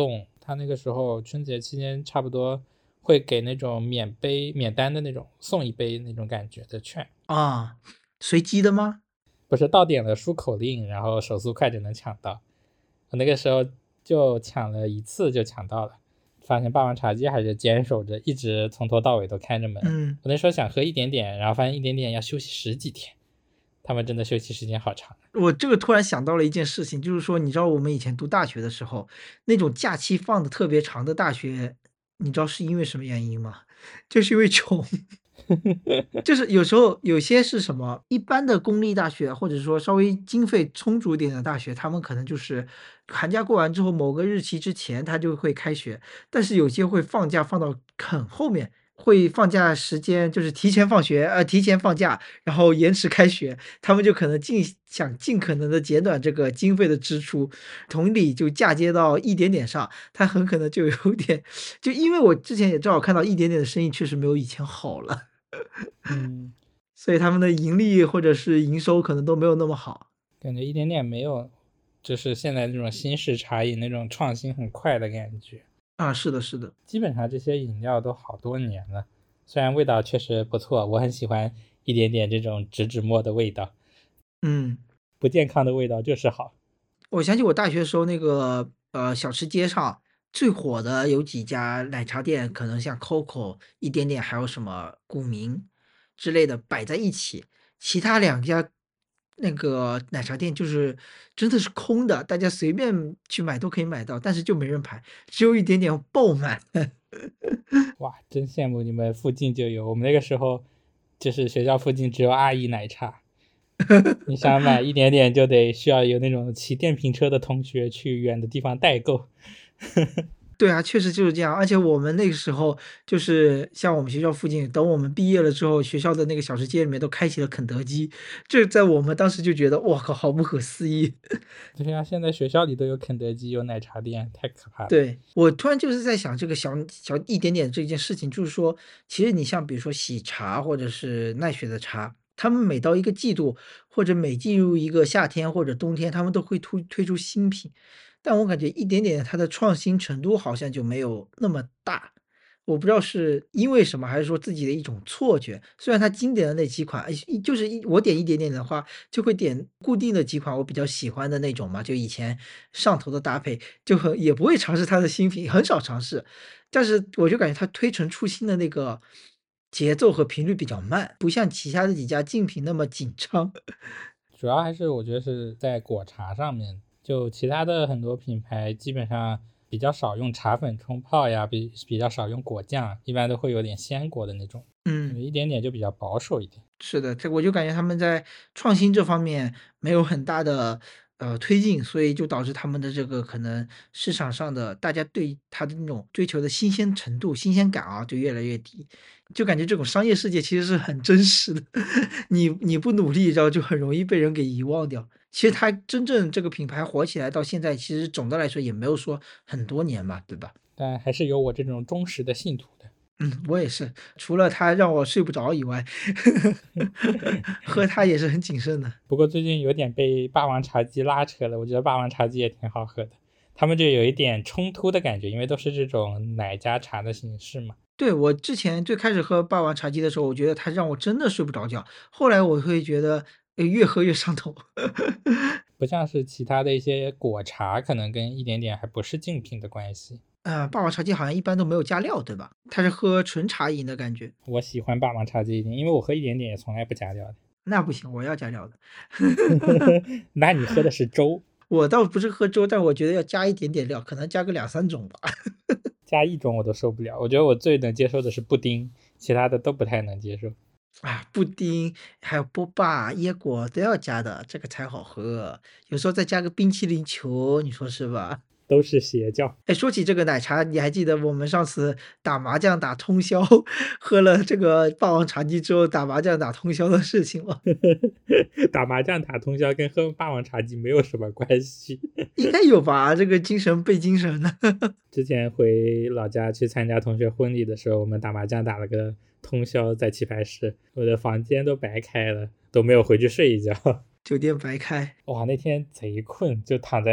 他那个时候春节期间差不多会给那种免单的那种送一杯那种感觉的券。 啊，随机的吗？ 不是到点了输口令，然后手速快就能抢到。我那个时候就抢了一次就抢到了，发现霸王茶姬还是坚守着，一直从头到尾都开着门。我那时候想喝一点点，然后发现一点点要休息10几天，他们真的休息时间好长。 我这个突然想到了一件事情，就是说，你知道我们以前读大学的时候，那种假期放的特别长的大学，你知道是因为什么原因吗？就是因为穷。就是有时候有些是什么一般的公立大学，或者说稍微经费充足一点的大学，他们可能就是寒假过完之后某个日期之前他就会开学，但是有些会放假放到很后面，会放假时间就是提前放学，提前放假，然后延迟开学，他们就可能想尽可能的减短这个经费的支出，同理就嫁接到一点点上，他很可能就有点，就因为我之前也正好看到一点点的生意确实没有以前好了。所以他们的盈利或者是营收可能都没有那么好。 感觉一点点没有就是现在这种新式茶饮那种创新很快的感觉啊。是的，是的， 基本上这些饮料都好多年了，虽然味道确实不错，我很喜欢一点点这种植脂末的味道。不健康的味道就是好。 我想起我大学的时候那个小吃街上最火的有几家奶茶店，可能像 COCO 一点点，还有什么古茗之类的摆在一起，其他两家那个奶茶店就是真的是空的，大家随便去买都可以买到，但是就没人排，只有一点点爆满。 哇，真羡慕你们附近就有，我们那个时候就是学校附近只有阿姨奶茶。你想买一点点就得需要有那种骑电瓶车的同学去远的地方代购。 对啊，确实就是这样。而且我们那个时候就是像我们学校附近，等我们毕业了之后，学校的那个小吃街里面都开启了肯德基，这在我们当时就觉得，哇靠，好不可思议。 对啊，现在学校里都有肯德基，有奶茶店，太可怕了。 对，我突然就是在想这个小一点点这件事情，就是说，其实你像比如说喜茶或者是奈雪的茶，他们每到一个季度，或者每进入一个夏天或者冬天，他们都会推出新品。但我感觉一点点它的创新程度好像就没有那么大。我不知道是因为什么，还是说自己的一种错觉。虽然它经典的那几款，就是我点一点点的话，就会点固定的几款我比较喜欢的那种嘛，就以前上头的搭配，也不会尝试它的新品，很少尝试。但是我就感觉它推陈出新的那个节奏和频率比较慢，不像其他的几家竞品那么紧张。 主要还是我觉得是在果茶上面，就其他的很多品牌基本上比较少用茶粉冲泡呀，比较少用果酱，一般都会有点鲜果的那种。一点点就比较保守一点。 是的，我就感觉他们在创新这方面没有很大的推进，所以就导致他们的这个可能市场上的大家对它的那种追求的新鲜程度、新鲜感啊，就越来越低。就感觉这种商业世界其实是很真实的，你不努力，然后就很容易被人给遗忘掉。其实它真正这个品牌火起来到现在，其实总的来说也没有说很多年嘛，对吧？ 但还是有我这种忠实的信徒的。 我也是，除了它让我睡不着以外，喝它也是很谨慎的。 不过最近有点被霸王茶姬拉扯了，我觉得霸王茶姬也挺好喝的，他们就有一点冲突的感觉，因为都是这种奶加茶的形式嘛。 对，我之前最开始喝霸王茶姬的时候，我觉得它让我真的睡不着觉，后来我会觉得，越喝越上头。 不像是其他的一些果茶，可能跟一点点还不是竞品的关系。 霸王茶姬好像一般都没有加料，对吧？它是喝纯茶饮的感觉。 我喜欢霸王茶姬一点，因为我喝一点点也从来不加料的。 那不行，我要加料的。 那你喝的是粥？ 我倒不是喝粥，但我觉得要加一点点料，可能加个2、3种吧。 加一种我都受不了，我觉得我最能接受的是布丁，其他的都不太能接受。 布丁还有波霸、椰果都要加的，这个才好喝。有时候再加个冰淇淋球，你说是吧？ 都是邪教。 说起这个奶茶，你还记得我们上次打麻将打通宵，喝了这个霸王茶姬之后打麻将打通宵的事情吗？ 打麻将打通宵跟喝霸王茶姬没有什么关系。 应该有吧，这个精神背精神的。 之前回老家去参加同学婚礼的时候，我们打麻将打了个通宵，在棋牌室，我的房间都白开了，都没有回去睡一觉。 酒店白开。 哇，那天贼困，就躺在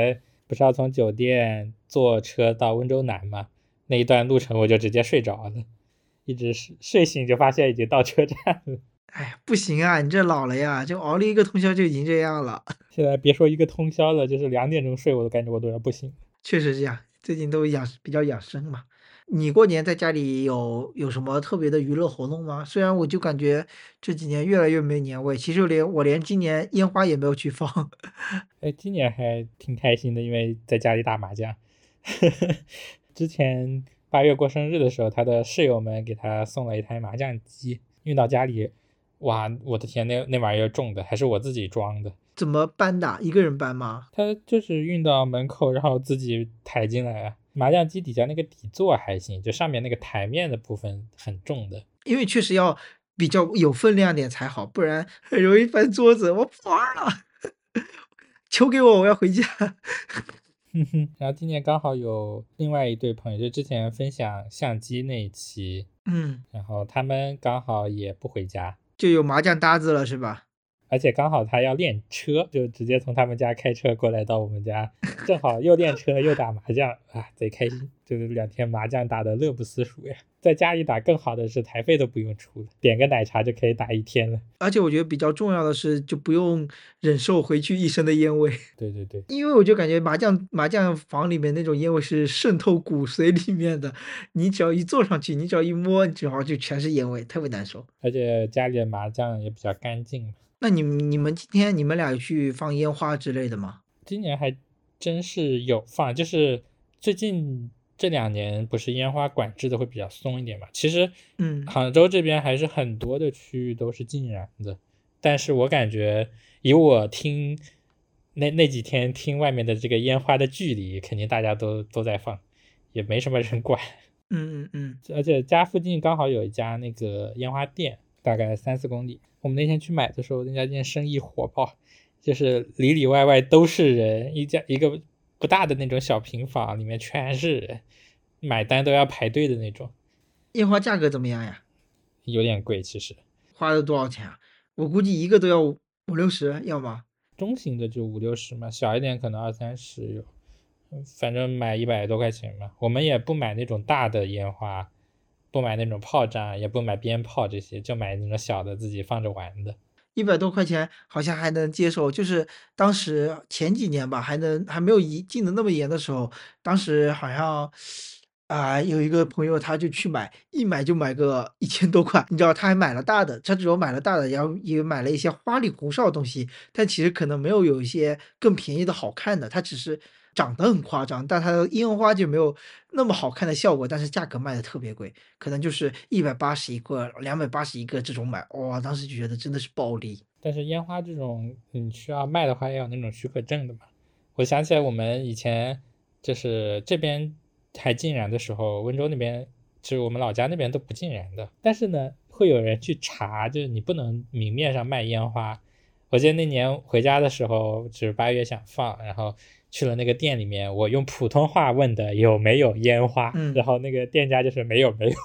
不是要从酒店坐车到温州南吗？那一段路程我就直接睡着了，一直睡醒就发现已经到车站了。 哎，不行啊，你这老了呀，就熬了一个通宵就已经这样了。 现在别说一个通宵了，就是2点钟睡，我都感觉我都要不行。 确实这样，最近都比较养生嘛。你过年在家里有什么特别的娱乐活动吗？虽然我就感觉这几年越来越没年味，其实我连今年烟花也没有去放。 哎，今年还挺开心的，因为在家里打麻将。之前8月过生日的时候，他的室友们给他送了一台麻将机，运到家里，哇，我的天，那玩意儿重的，还是我自己装的。 怎么搬的？一个人搬吗？ 他就是运到门口，然后自己抬进来啊。麻将机底下那个底座还行，就上面那个台面的部分很重的。 因为确实要比较有分量点才好，不然很容易翻桌子。我不玩儿了，球给我，我要回家。 然后今年刚好有另外一对朋友，就之前分享相机那一期， 嗯， 然后他们刚好也不回家， 就有麻将搭子了是吧？ 而且刚好他要练车，就直接从他们家开车过来到我们家，正好又练车又打麻将啊，贼开心，就是2天麻将打得乐不思蜀呀。在家里打更好的是台费都不用出了，点个奶茶就可以打1天了。 而且我觉得比较重要的是，就不用忍受回去一身的烟味。 对对对， 因为我就感觉麻将房里面那种烟味是渗透骨髓里面的，你只要一坐上去，你只要一摸，正好就全是烟味，特别难受。 而且家里的麻将也比较干净嘛。 那你们今天你们俩有去放烟花之类的吗？ 今年还真是有放，就是最近这2年不是烟花管制的会比较松一点嘛？其实嗯。 杭州这边还是很多的区域都是禁燃的，但是我感觉以我听那几天听外面的这个烟花的距离，肯定大家都在放，也没什么人管。 嗯嗯嗯。 而且家附近刚好有一家那个烟花店，大概3、4公里。我们那天去买的时候，那家店生意火爆，就是里里外外都是人，一个不大的那种小平房，里面全是人，买单都要排队的那种， 烟花价格怎么样呀？ 有点贵其实。 花了多少钱啊？我估计一个都要50-60，要吗？ 中型的就50-60嘛，小一点可能20-30有，反正买100多块钱嘛。我们也不买那种大的烟花，不买那种炮仗，也不买鞭炮这些，就买那种小的自己放着玩的。 100多块钱好像还能接受，就是当时前几年吧，还没有禁的那么严的时候，当时好像有一个朋友他就去买，一买就买个1000多块，你知道他还买了大的，他只有买了大的，然后也买了一些花里胡哨的东西，但其实可能没有一些更便宜的好看的，它只是长得很夸张，但它的烟花就没有那么好看的效果，但是价格卖的特别贵，可能就是180一个、280一个这种买，哇，当时就觉得真的是暴利。 但是烟花这种你需要卖的话，要有那种许可证的嘛。我想起来我们以前就是这边还禁燃的时候，温州那边就是我们老家那边都不禁燃的，但是呢，会有人去查，就是你不能明面上卖烟花。我记得那年回家的时候，就是8月想放，然后去了那个店里面，我用普通话问的有没有烟花， 嗯。 然后那个店家就是没有没有。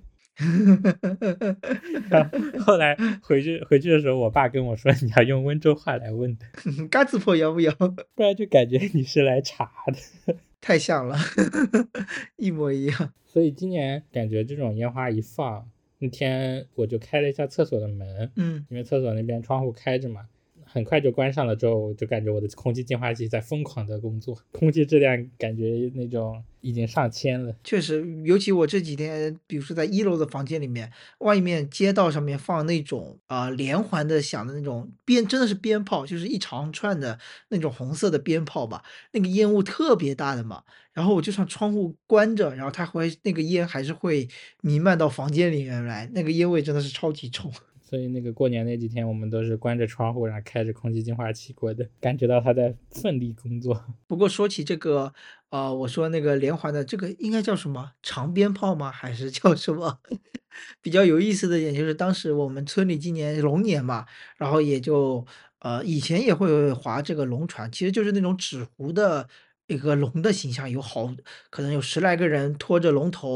然后后来回去的时候，我爸跟我说你要用温州话来问的， 嘎子婆要不要？ 不然就感觉你是来查的。 太像了，一模一样。 所以今年感觉这种烟花一放，那天我就开了一下厕所的门， 嗯。 因为厕所那边窗户开着嘛，很快就关上了之后，我就感觉我的空气净化器在疯狂的工作，空气质量感觉那种已经上千了。 确实，尤其我这几天，比如说在1楼的房间里面，外面街道上面放那种连环的响的那种真的是鞭炮，就是一长串的那种红色的鞭炮吧，那个烟雾特别大的嘛。然后我就算窗户关着，然后那个烟还是会弥漫到房间里面来，那个烟味真的是超级冲。 所以那个过年那几天，我们都是关着窗户，然后开着空气净化器过的，感觉到它在奋力工作。 不过说起这个，我说那个连环的这个应该叫什么长鞭炮吗？还是叫什么？比较有意思的一点就是当时我们村里今年龙年嘛，然后也就以前也会划这个龙船，其实就是那种纸糊的一个龙的形象，可能有10来个人拖着龙头，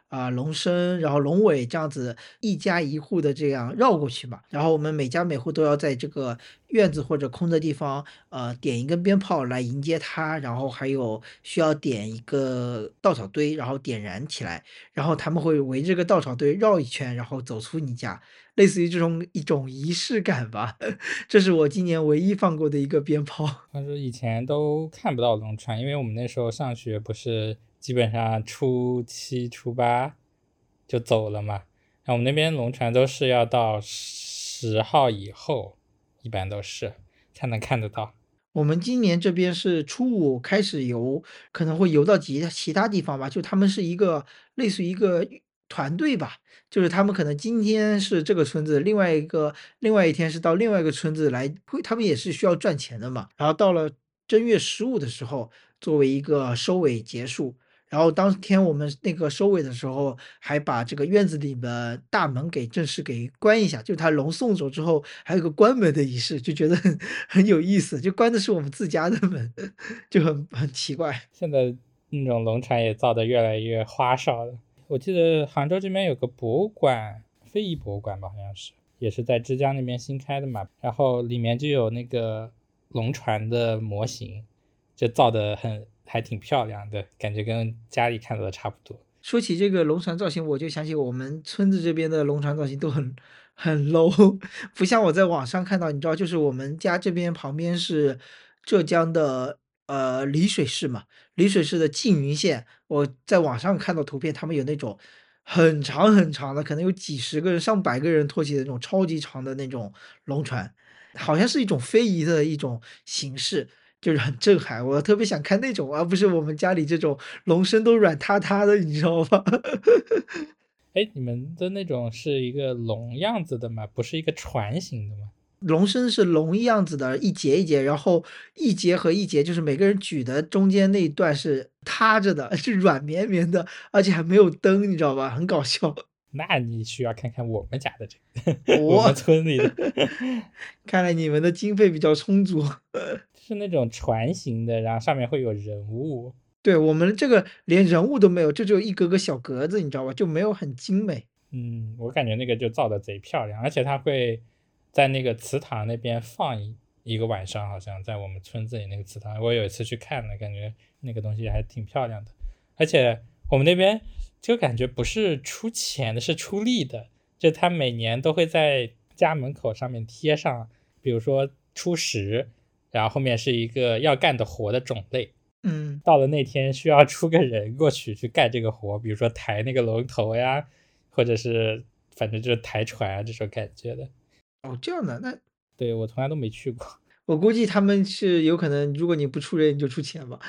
龙生，然后龙尾这样子一家一户的这样绕过去嘛。然后我们每家每户都要在这个院子或者空的地方，点一根鞭炮来迎接它，然后还有需要点一个稻草堆，然后点燃起来，然后他们会围这个稻草堆绕一圈，然后走出你家，类似于这种一种仪式感吧。这是我今年唯一放过的一个鞭炮。 他说以前都看不到龙船，因为我们那时候上学不是基本上初七初八就走了嘛，然后我们那边龙船都是要到10号以后，一般都是才能看得到。 我们今年这边是初五开始游，可能会游到其他地方吧，就他们是一个类似于一个团队吧，就是他们可能今天是这个村子，另外一天是到另外一个村子来，他们也是需要赚钱的嘛。然后到了正月15的时候，作为一个收尾结束。然后当天我们那个收尾的时候，还把这个院子里的大门给正式给关一下，就他龙送走之后，还有个关门的仪式，就觉得很有意思。就关的是我们自家的门，就很奇怪。 现在那种龙船也造得越来越花哨了。我记得杭州这边有个博物馆，非遗博物馆吧，好像是，也是在枝江那边新开的嘛，然后里面就有那个龙船的模型，就造得还挺漂亮的，感觉跟家里看到的差不多。 说起这个龙船造型，我就想起我们村子这边的龙船造型都很 low，不像我在网上看到，你知道，就是我们家这边旁边是浙江的丽水市嘛，丽水市的缙云县，我在网上看到图片，他们有那种很长很长的，可能有几十个人、上百个人托起的那种超级长的那种龙船，好像是一种非遗的一种形式。就是很震撼，我特别想看那种，而不是我们家里这种龙身都软塌塌的，你知道吧？ 哎，你们的那种是一个龙样子的吗？不是一个船形的吗？ 龙身是龙样子的，一节一节，然后一节和一节就是每个人举的中间那一段是塌着的，是软绵绵的，而且还没有灯，你知道吧？很搞笑。 那你需要看看我们家的这个，我们我村里的。 看来你们的经费比较充足。 是那种船形的，然后上面会有人物。 对，我们这个连人物都没有，就只有一格个小格子，你知道吧？就没有很精美。 我感觉那个就造的贼漂亮，而且它会在那个祠堂那边放一个晚上，好像在我们村子里那个祠堂，我有一次去看了，感觉那个东西还挺漂亮的。而且我们那边就感觉不是出钱的，是出力的，就他每年都会在家门口上面贴上，比如说初十，然后后面是一个要干的活的种类。 嗯， 到了那天需要出个人过去干这个活，比如说抬那个龙头呀，或者是反正就是抬船啊这种感觉的。 哦，这样的，那对，我从来都没去过。 我估计他们是有可能，如果你不出人，你就出钱吧。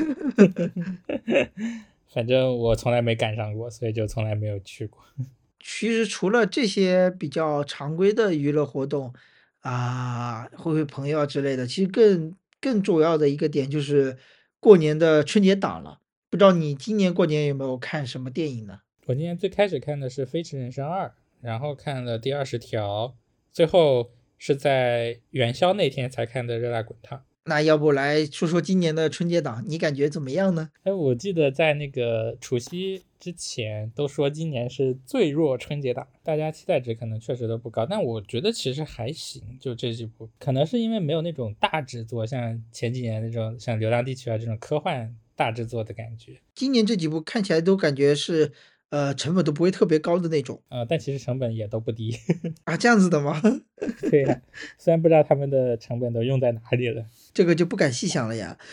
反正我从来没赶上过，所以就从来没有去过。 其实除了这些比较常规的娱乐活动，会朋友啊之类的，其实更主要的一个点就是过年的春节档了。不知道你今年过年有没有看什么电影呢？ 我今天最开始看的是《飞驰人生2》，然后看了第20条，最后是在元宵那天才看的《热辣滚烫》。 那要不来说说今年的春节档，你感觉怎么样呢？ 哎，我记得在那个除夕之前都说今年是最弱春节档，大家期待值可能确实都不高，但我觉得其实还行。就这几部，可能是因为没有那种大制作，像前几年那种像《流浪地球》啊这种科幻大制作的感觉。 今年这几部看起来都感觉是，成本都不会特别高的那种但其实成本也都不低。 啊，这样子的吗？ 对呀，虽然不知道他们的成本都用在哪里了。 这个就不敢细想了呀。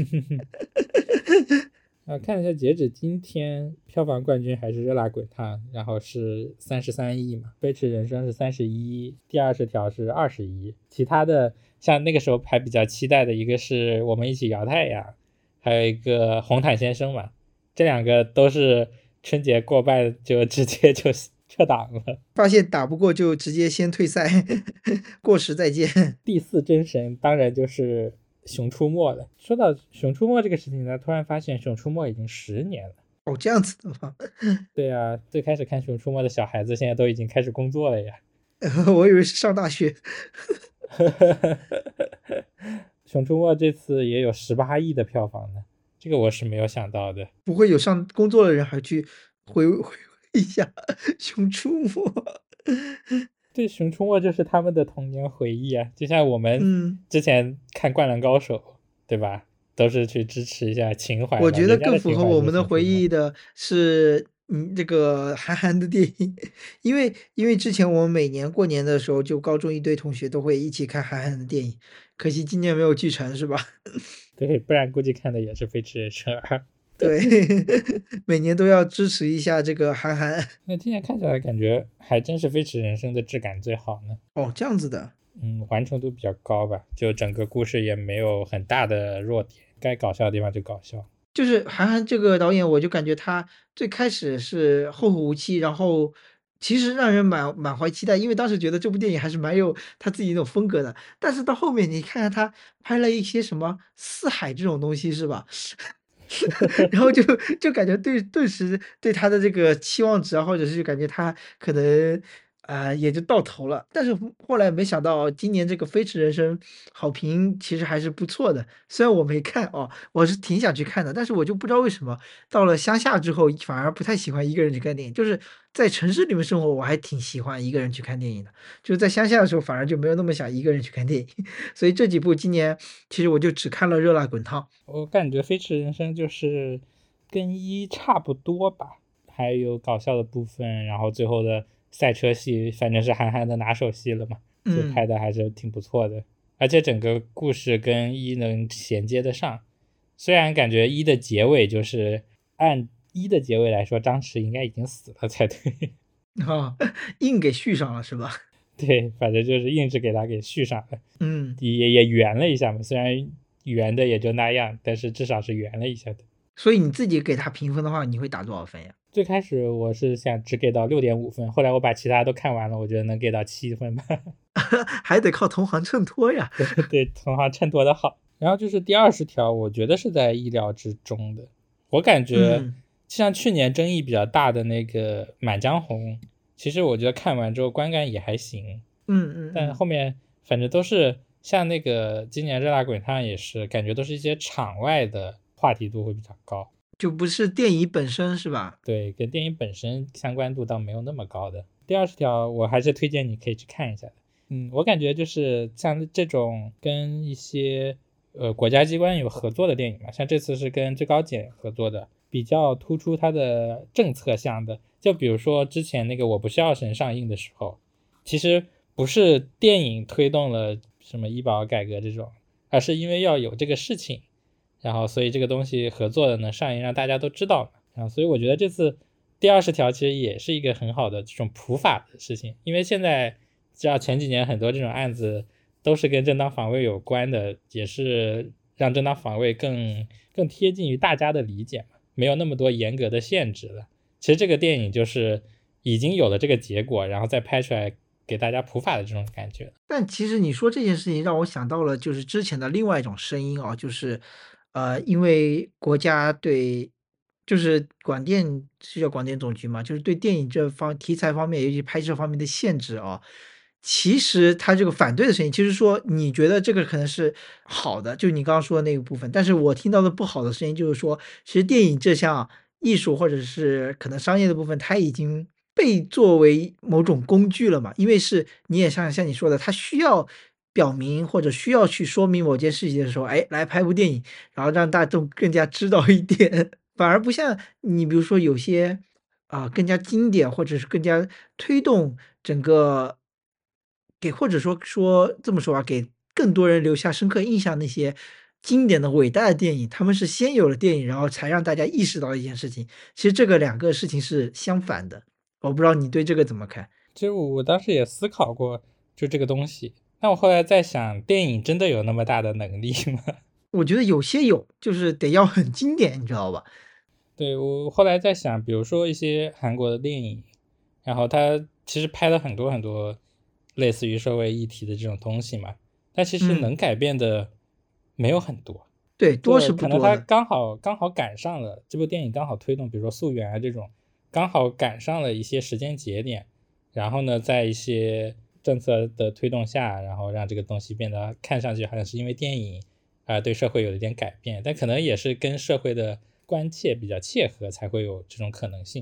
看一下截止今天票房冠军还是热辣滚烫，然后是33亿嘛，飞驰人生是31，第20条是21，其他的像那个时候还比较期待的一个是我们一起摇太阳，还有一个红毯先生嘛，这两个都是春节过半就直接就撤档了。 发现打不过就直接先退赛，过时再见。 第4真神当然就是熊出没了。说到熊出没这个事情呢，突然发现熊出没已经10年了。 哦，这样子的吗？ 对啊，最开始看熊出没的小孩子现在都已经开始工作了呀。 我以为是上大学。 熊出没这次也有18亿的票房呢，这个我是没有想到的。 不会有上工作的人还去回味一下《熊出没》。 对，《熊出没》就是他们的童年回忆啊，就像我们嗯。 之前看《灌篮高手》，对吧？都是去支持一下情怀嘛， 我觉得人家的更符合情怀就是我们的回 《熊出没》。 忆的是，这个韩寒的电影。因为之前我们每年过年的时候，就高中一堆同学都会一起看韩寒的电影，可惜今年没有聚成，是吧？ 对，不然估计看的也是《飞驰人生2》。 对，每年都要支持一下这个韩寒。 那今年看起来感觉还真是《飞驰人生》的质感最好呢。 哦，这样子的。 完成度比较高吧，就整个故事也没有很大的弱点，该搞笑的地方就搞笑。 就是韩寒这个导演，我就感觉他最开始是厚厚无期，然后其实让人满怀期待，因为当时觉得这部电影还是蛮有他自己那种风格的。但是到后面你看看他拍了一些什么四海这种东西，是吧？然后就感觉顿时对他的这个期望值啊，或者是感觉他可能也就到头了。但是后来没想到今年这个《飞驰人生》好评其实还是不错的，虽然我没看哦，我是挺想去看的，但是我就不知道为什么到了乡下之后反而不太喜欢一个人去看电影，就是在城市里面生活，我还挺喜欢一个人去看电影的，就是在乡下的时候反而就没有那么想一个人去看电影。所以这几部今年其实我就只看了《热辣滚烫》。 我感觉《飞驰人生》就是跟一差不多吧，还有搞笑的部分，然后最后的赛车戏，反正是韩寒的拿手戏了嘛，就嗯。 拍的还是挺不错的，而且整个故事跟一能衔接得上。虽然感觉一的结尾就是按一的结尾来说，张弛应该已经死了才对。 啊，硬给续上了是吧？ 对，反正就是硬是给他给续上了， 嗯。 也圆了一下嘛，虽然圆的也就那样，但是至少是圆了一下的。 所以你自己给他评分的话，你会打多少分呀？ 最开始我是想只给到6.5分，后来我把其他都看完了，我觉得能给到7分吧。 还得靠同行衬托呀。 对对，同行衬托的好。然后就是第20条，我觉得是在意料之中的。我感觉嗯。 像去年争议比较大的那个《满江红》，其实我觉得看完之后观感也还行， 嗯嗯嗯。 但后面反正都是像那个今年《热辣滚烫》也是，感觉都是一些场外的话题度会比较高。 就不是电影本身是吧？ 对，跟电影本身相关度倒没有那么高的。第20条，我还是推荐你可以去看一下的。我感觉就是像这种跟一些国家机关有合作的电影嘛，像这次是跟最高检合作的，比较突出它的政策项的。就比如说之前那个《我不是药神》上映的时候，其实不是电影推动了什么医保改革这种，而是因为要有这个事情，然后所以这个东西合作的呢上映让大家都知道嘛。然后所以我觉得这次第20条其实也是一个很好的这种普法的事情，因为现在知道前几年很多这种案子都是跟正当防卫有关的，也是让正当防卫更贴近于大家的理解嘛，没有那么多严格的限制了。其实这个电影就是已经有了这个结果，然后再拍出来给大家普法的这种感觉。 但其实你说这件事情让我想到了，就是之前的另外一种声音啊，就是，因为国家对，就是广电是叫广电总局嘛，就是对电影这方题材方面，尤其拍摄方面的限制啊。其实他这个反对的声音，其实说你觉得这个可能是好的，就你刚刚说的那个部分，但是我听到的不好的声音就是说，其实电影这项艺术或者是可能商业的部分，它已经被作为某种工具了嘛。因为是你也像你说的，它需要表明或者需要去说明某件事情的时候，哎，来拍部电影，然后让大众更加知道一点，反而不像你比如说有些更加经典或者是更加推动整个或者说这么说啊，给更多人留下深刻印象那些经典的伟大的电影，他们是先有了电影，然后才让大家意识到一件事情。其实这个两个事情是相反的，我不知道你对这个怎么看？ 其实我当时也思考过就这个东西，但我后来在想，电影真的有那么大的能力吗？ 我觉得有些有，就是得要很经典，你知道吧？ 对，我后来在想，比如说一些韩国的电影，然后它其实拍了很多很多类似于社会议题的这种东西嘛，但其实嗯。 能改变的没有很多， 对，多是不就可能它多的。 刚好赶上了这部电影，刚好推动，比如说溯源啊这种，刚好赶上了一些时间节点，然后呢，在一些政策的推动下，然后让这个东西变得看上去好像是因为电影对社会有一点改变，但可能也是跟社会的关切比较切合，才会有这种可能性。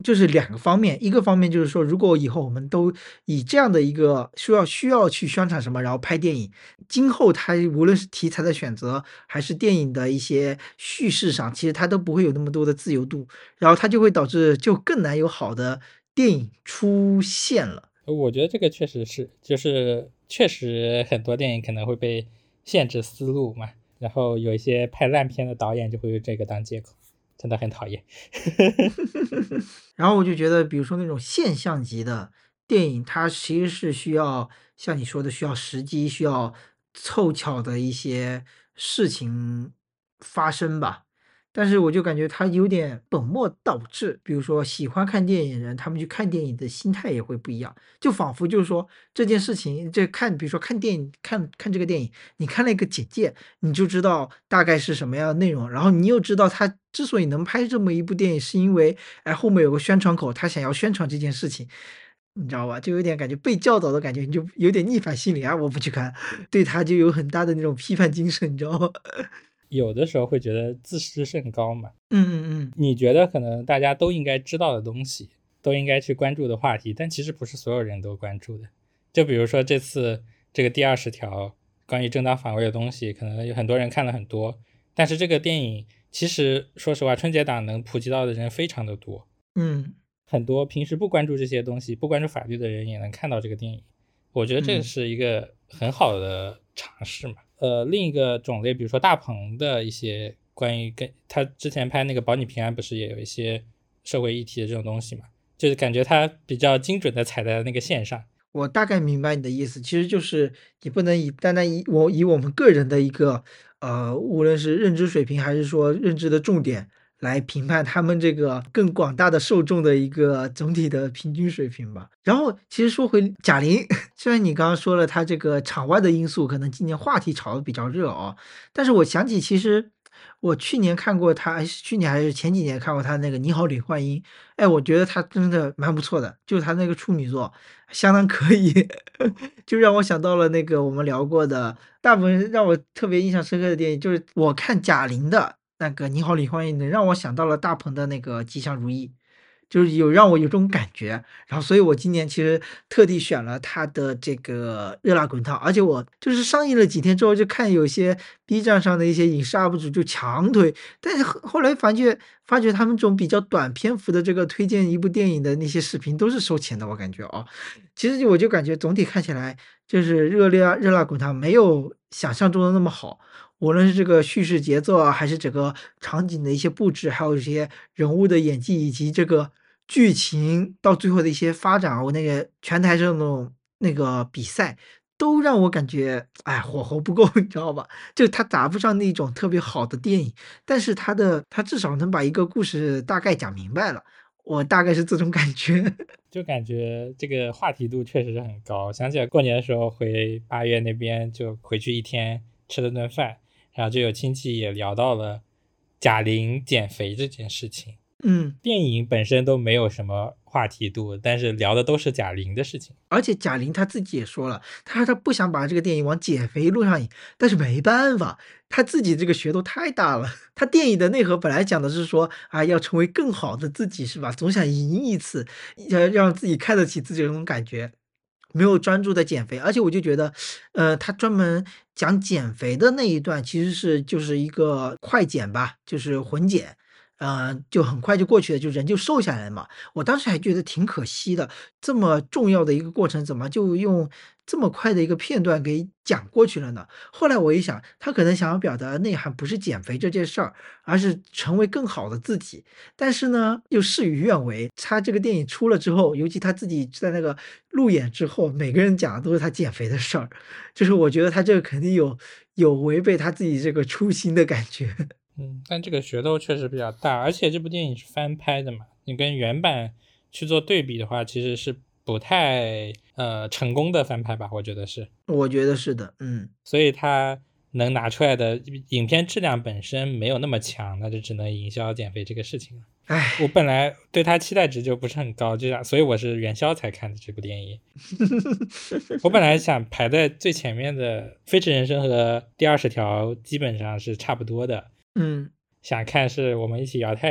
就是两个方面，一个方面就是说，如果以后我们都以这样的一个需要去宣传什么，然后拍电影，今后它无论是题材的选择，还是电影的一些叙事上，其实它都不会有那么多的自由度，然后它就会导致就更难有好的电影出现了。 我觉得这个确实是，就是确实很多电影可能会被限制思路嘛，然后有一些拍烂片的导演就会用这个当借口，真的很讨厌。 然后我就觉得，比如说那种现象级的电影，它其实是需要像你说的，需要时机，需要凑巧的一些事情发生吧。但是我就感觉它有点本末倒置，比如说喜欢看电影的人，他们去看电影的心态也会不一样，就仿佛就是说这件事情，比如说看电影，看这个电影，你看了一个简介，你就知道大概是什么样的内容，然后你又知道他之所以能拍这么一部电影，是因为哎后面有个宣传口，他想要宣传这件事情，你知道吧？就有点感觉被教导的感觉，你就有点逆反心理啊，我不去看，对他就有很大的那种批判精神，你知道吗？ 有的时候会觉得自视甚高嘛， 嗯嗯嗯。 你觉得可能大家都应该知道的东西，都应该去关注的话题，但其实不是所有人都关注的。就比如说这次这个第20条关于正当防卫的东西，可能有很多人看了很多，但是这个电影其实说实话，春节档能普及到的人非常的多， 嗯很多平时不关注这些东西、不关注法律的人也能看到这个电影。我觉得这嗯是一个很好的尝试嘛。另一个种类，比如说大鹏的一些关于跟他之前拍那个保你平安，不是也有一些社会议题的这种东西嘛？就是感觉他比较精准的踩在那个线上。 我大概明白你的意思，其实就是你不能单单以我们个人的一个无论是认知水平还是说认知的重点来评判他们这个更广大的受众的一个总体的平均水平吧。然后其实说回贾玲，虽然你刚刚说了她这个场外的因素，可能今年话题炒得比较热哦，但是我想起其实我去年看过她，去年还是前几年看过她那个《你好，李焕英》，哎，我觉得她真的蛮不错的，就是她那个处女作。相当可以，就让我想到了那个我们聊过的，大部分让我特别印象深刻的电影，就是我看贾玲的那个《你好，李焕英》，能让我想到了大鹏的那个《吉祥如意》。就是让我有这种感觉，然后所以我今年其实特地选了他的这个《热辣滚烫》，而且我就是上映了几天之后，就看有些 B 站上的一些影视 UP 主就强推，但是后来发觉他们这种比较短篇幅的这个推荐一部电影的那些视频都是收钱的，我感觉啊，其实我就感觉总体看起来就是热辣滚烫没有想象中的那么好。无论是这个叙事节奏啊，还是整个场景的一些布置，还有这些人物的演技，以及这个剧情到最后的一些发展啊，我那个全台这种那个比赛，都让我感觉，哎，火候不够，你知道吧？就它达不上那种特别好的电影，但是它至少能把一个故事大概讲明白了，我大概是这种感觉。 就感觉这个话题度确实是很高。想起来过年的时候回八月那边，就回去一天吃了顿饭，然后就有亲戚也聊到了贾玲减肥这件事情。 嗯。 电影本身都没有什么话题度，但是聊的都是贾玲的事情。 而且贾玲她自己也说了，她说她不想把这个电影往减肥路上引，但是没办法，她自己这个噱头太大了。她电影的内核本来讲的是说，啊，要成为更好的自己，是吧？总想赢一次，要让自己看得起自己的那种感觉，没有专注的减肥。而且我就觉得，她专门讲减肥的那一段，其实就是一个快减吧，就是混减。就很快就过去了，就人就瘦下来了嘛。我当时还觉得挺可惜的，这么重要的一个过程，怎么就用这么快的一个片段给讲过去了呢？后来我一想，他可能想要表达的内涵不是减肥这件事儿，而是成为更好的自己。但是呢，又事与愿违。他这个电影出了之后，尤其他自己在那个路演之后，每个人讲的都是他减肥的事儿，就是我觉得他这个肯定有违背他自己这个初心的感觉。 但这个噱头确实比较大，而且这部电影是翻拍的嘛，你跟原版去做对比的话，其实是不太成功的翻拍吧，我觉得是。 我觉得是的，嗯。 所以它能拿出来的影片质量本身没有那么强，那就只能营销减肥这个事情了。我唉。 本来对它期待值就不是很高，所以我是元宵才看的这部电影。我本来想排在最前面的《飞驰人生》和《第20条》基本上是差不多的， 嗯。 想看是我们一起摇太阳，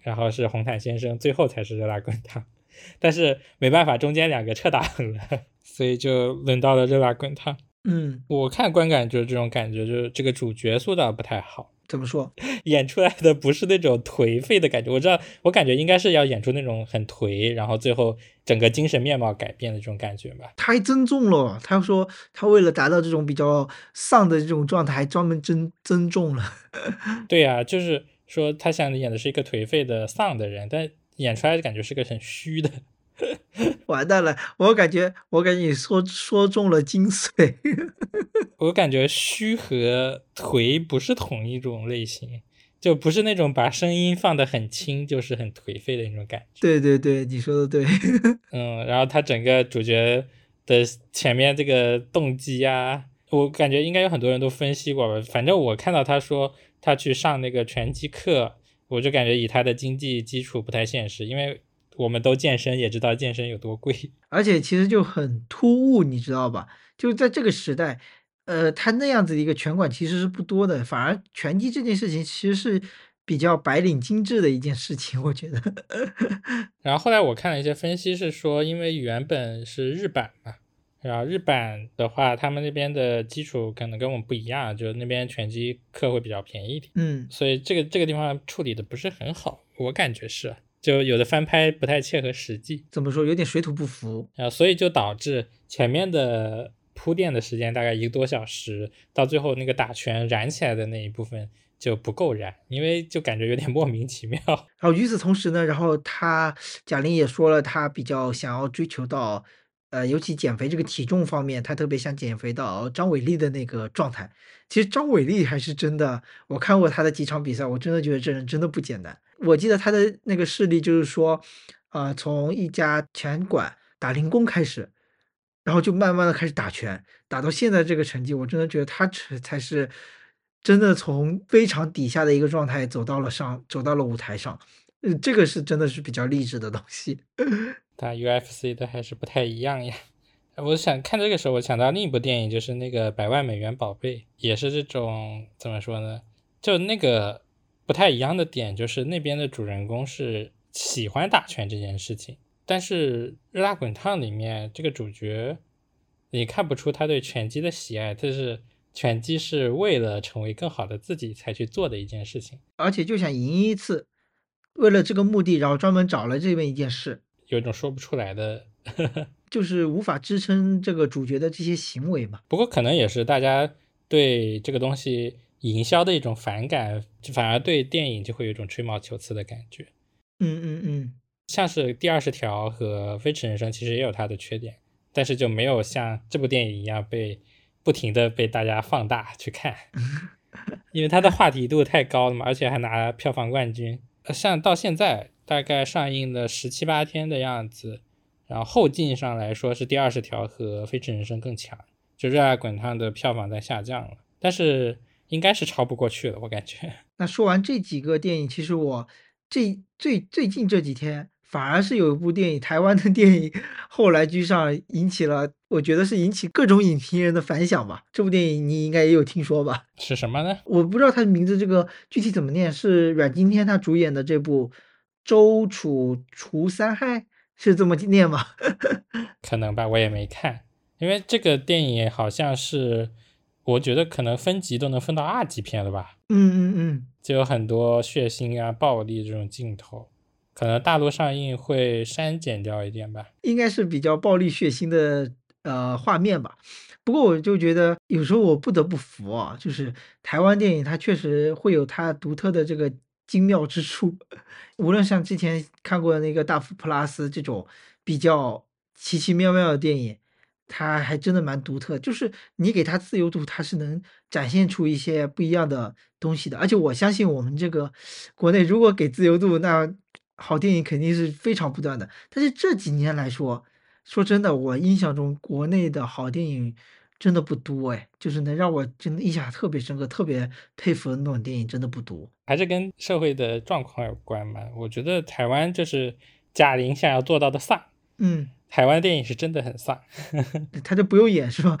然后是红毯先生，最后才是热辣滚烫。但是没办法，中间2个撤打了，所以就轮到了热辣滚烫。我看观感就是这种感觉，就是这个主角塑造不太好。 怎么说？ 演出来的不是那种颓废的感觉，我感觉应该是要演出那种很颓，然后最后整个精神面貌改变的这种感觉吧。 他还增重了，他说他为了达到这种比较丧的这种状态，还专门增重了。 对呀，就是说他想演的是一个颓废的丧的人，但演出来感觉是个很虚的。 完蛋了，我感觉你说中了精髓。 我感觉虚和颓不是同一种类型，就不是那种把声音放得很轻就是很颓废的那种感觉。 对对对，你说的对。 然后他整个主角的前面这个动机啊，我感觉应该有很多人都分析过吧。反正我看到他说他去上那个拳击课，我就感觉以他的经济基础不太现实，因为我们都健身，也知道健身有多贵。 而且其实就很突兀，你知道吧？就在这个时代，他那样子的一个拳馆其实是不多的，反而拳击这件事情其实是比较白领精致的一件事情，我觉得。 然后后来我看了一些分析是说，因为原本是日版嘛，然后日版的话，他们那边的基础可能跟我们不一样，就那边拳击课会比较便宜一点，所以这个地方处理的不是很好，我感觉是，就有的翻拍不太切合实际。 怎么说，有点水土不服。 所以就导致前面的铺垫的时间大概1个多小时，到最后那个打拳燃起来的那一部分就不够燃，因为就感觉有点莫名其妙。 然后与此同时呢，然后贾玲也说了，她比较想要追求到，尤其减肥这个体重方面，她特别想减肥到张伟丽的那个状态。其实张伟丽还是真的，我看过她的几场比赛，我真的觉得这人真的不简单。我记得她的那个事例就是说，从一家拳馆打零工开始，然后就慢慢的开始打拳，打到现在这个成绩，我真的觉得她才是真的从非常底下的一个状态走到了舞台上。这个是真的是比较励志的东西。 打 UFC 的还是不太一样呀。我想看这个时候，我想到另一部电影，就是那个《100万美元宝贝》，也是这种怎么说呢？就那个不太一样的点，就是那边的主人公是喜欢打拳这件事情，但是《热辣滚烫》里面这个主角，你看不出他对拳击的喜爱，但是拳击是为了成为更好的自己才去做的一件事情， 而且就想赢一次，为了这个目的，然后专门找了这么一件事， 有一种说不出来的就是无法支撑这个主角的这些行为嘛。 不过可能也是大家对这个东西营销的一种反感，反而对电影就会有一种吹毛求疵的感觉。像是第20条和飞驰人生其实也有它的缺点，但是就没有像这部电影一样不停的被大家放大去看，因为它的话题度太高了嘛，而且还拿了票房冠军。像到现在大概上映了17、18天的样子，然后后劲上来说是第20条和飞驰人生更强，就热辣滚烫的票房在下降了，但是应该是超不过去了，我感觉。 那说完这几个电影，其实我最近这几天，反而是有一部电影，台湾的电影后来居上，引起了我觉得是引起各种影评人的反响吧。这部电影你应该也有听说吧？ 是什么呢？ 我不知道它的名字这个具体怎么念，是阮经天他主演的这部《周处除三害》，是这么念吗？ 可能吧，我也没看，因为这个电影好像是我觉得可能分级都能分到2级片了吧。就有很多血腥啊、暴力这种镜头，可能大陆上映会删减掉一点吧。 应该是比较暴力血腥的画面吧。不过我就觉得有时候我不得不服啊，就是台湾电影它确实会有它独特的这个精妙之处。无论像之前看过的那个《大佛普拉斯》这种比较奇奇妙妙的电影，它还真的蛮独特。就是你给它自由度，它是能展现出一些不一样的东西的。而且我相信我们这个国内如果给自由度，那好电影肯定是非常不断的。但是这几年来说，说真的，我印象中国内的好电影真的不多哎，就是能让我真的印象特别深刻、特别佩服的那种电影真的不多。 还是跟社会的状况有关嘛？我觉得台湾就是贾玲想要做到的丧。台湾电影是真的很丧。 他就不用演是吧？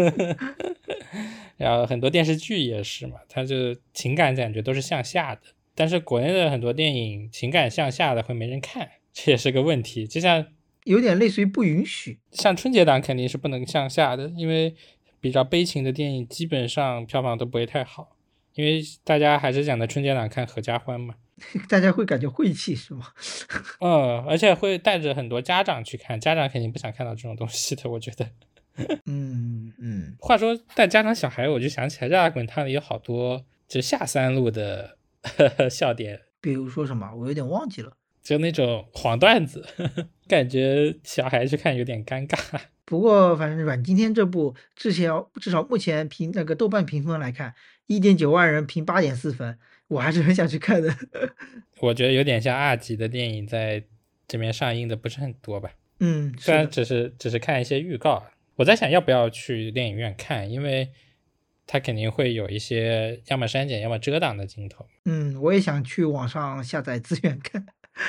然后很多电视剧也是嘛，它就情感感觉都是向下的。 但是国内的很多电影情感向下的会没人看，这也是个问题。就像有点类似于不允许。 像春节档肯定是不能向下的，因为比较悲情的电影基本上票房都不会太好，因为大家还是讲的春节档看合家欢嘛。 大家会感觉晦气是吗？ 而且会带着很多家长去看，家长肯定不想看到这种东西的，我觉得。话说带家长小孩，我就想起来《热辣滚烫》里有好多就下三路的笑点， 比如说什么，我有点忘记了。 就那种黄段子，感觉小孩去看有点尴尬。 不过反正阮经天这部至少目前评那个豆瓣评分来看，1.9万人评8.4分，我还是很想去看的。 我觉得有点像二级的电影在这边上映的不是很多吧。虽然是的。 只是看一些预告，我在想要不要去电影院看，因为它肯定会有一些要么删减要么遮挡的镜头。 我也想去网上下载资源看。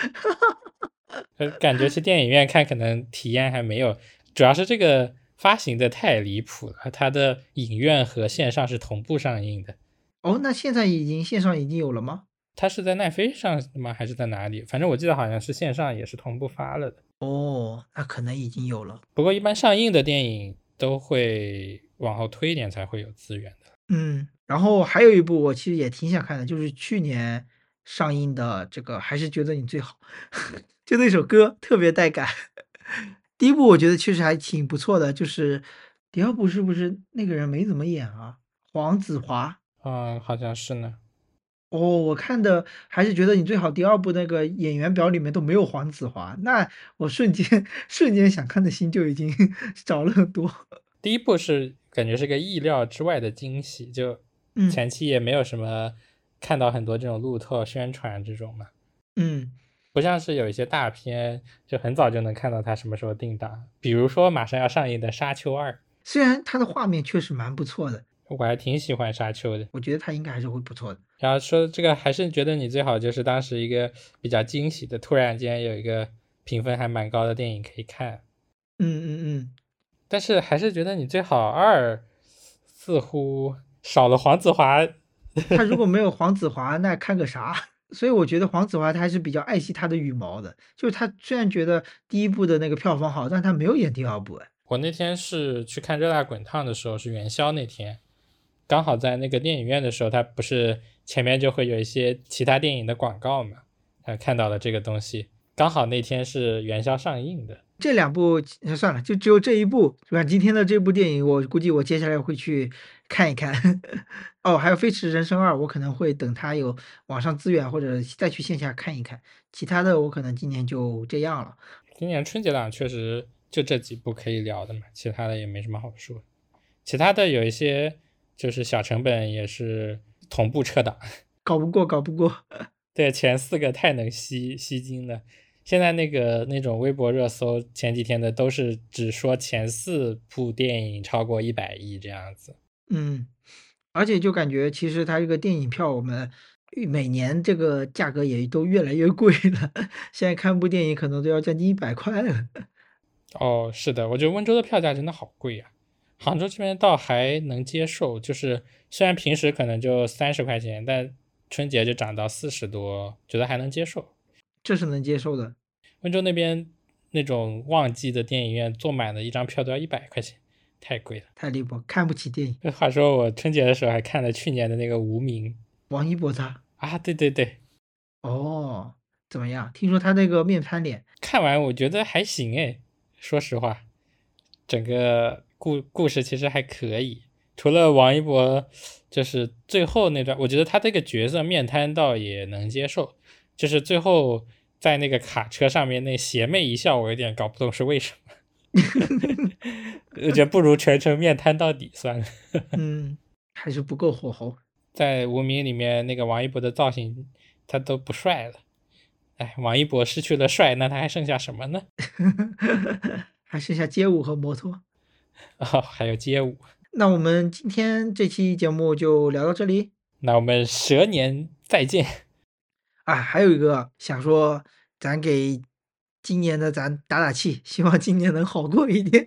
感觉去电影院看可能体验还没有，主要是这个发行的太离谱了，它的影院和线上是同步上映的。 哦，那现在线上已经有了吗？ 它是在奈飞上的吗？还是在哪里？反正我记得好像是线上也是同步发了的。 哦，那可能已经有了。 不过一般上映的电影都会往后推一点才会有资源的。 然后还有一部我其实也挺想看的，就是去年上映的这个《还是觉得你最好》，就那首歌特别带感。第一部我觉得确实还挺不错的，就是第二部是不是那个人没怎么演啊？黄子华。 好像是呢。 哦，我看的还是觉得你最好。第二部那个演员表里面都没有黄子华，那我瞬间想看的心就已经少了很多。 第一部是感觉是个意料之外的惊喜，就嗯前期也没有什么看到很多这种路透宣传这种嘛。 嗯， 不像是有一些大片就很早就能看到它什么时候定档，比如说马上要上映的《沙丘2》， 虽然它的画面确实蛮不错的， 我还挺喜欢沙丘的。 我觉得它应该还是会不错的。 然后说这个还是觉得你最好就是当时一个比较惊喜的，突然间有一个评分还蛮高的电影可以看。 嗯， 但是还是觉得你最好二似乎少了黄子华。 他如果没有黄子华，那看个啥？所以我觉得黄子华他还是比较爱惜他的羽毛的。就是他虽然觉得第一部的那个票房好，但他没有演第二部。 我那天是去看《热辣滚烫》的时候，是元宵那天，刚好在那个电影院的时候，它不是前面就会有一些其他电影的广告嘛，看到了这个东西，刚好那天是元宵上映的。 这两部算了，就只有这一部是吧？今天的这部电影，我估计我接下来会去看一看。哦，还有《飞驰人生2》，我可能会等它有网上资源或者再去线下看一看。其他的我可能今年就这样了。 今年春节档确实就这几部可以聊的嘛，其他的也没什么好说。其他的有一些就是小成本也是同步撤档， 搞不过。 对，前4个太能吸金了。现在那种微博热搜前几天的都是只说前4部电影超过100亿这样子。 而且就感觉其实它这个电影票，我们每年这个价格也都越来越贵了。现在看部电影可能都要将近100块了。 是的，我觉得温州的票价真的好贵呀。杭州这边倒还能接受，就是虽然平时可能就30块钱，但春节就涨到40多，觉得还能接受。 这是能接受的。 温州那边那种旺季的电影院坐满了一张票都要100块钱，太贵了， 太离谱，看不起电影。 话说我春节的时候还看了去年的那个无名。 王一博他。 啊，对。 哦，怎么样？听说他那个面瘫脸。 看完我觉得还行诶，说实话，整个故事其实还可以，除了王一博就是最后那段，我觉得他这个角色面瘫倒也能接受，就是最后在那个卡车上面那邪魅一笑，我有点搞不懂是为什么。我觉得不如全程面瘫到底算了。 还是不够火候。 在无名里面那个王一博的造型他都不帅了，王一博失去了帅，那他还剩下什么呢？ 还剩下街舞和摩托。 还有街舞。 那我们今天这期节目就聊到这里。 那我们蛇年再见。 还有一个想说，咱给今年的咱打打气，希望今年能好过一点。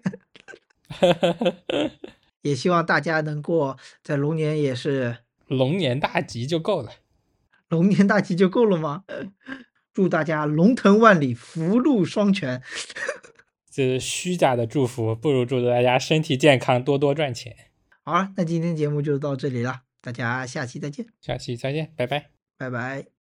也希望大家能过在龙年也是龙年大吉就够了。 龙年大吉就够了吗？祝大家龙腾万里，福禄双全。 这是虚假的祝福，不如祝大家身体健康，多多赚钱。 好了，那今天节目就到这里了，大家下期再见， 下期再见，拜拜。 拜拜。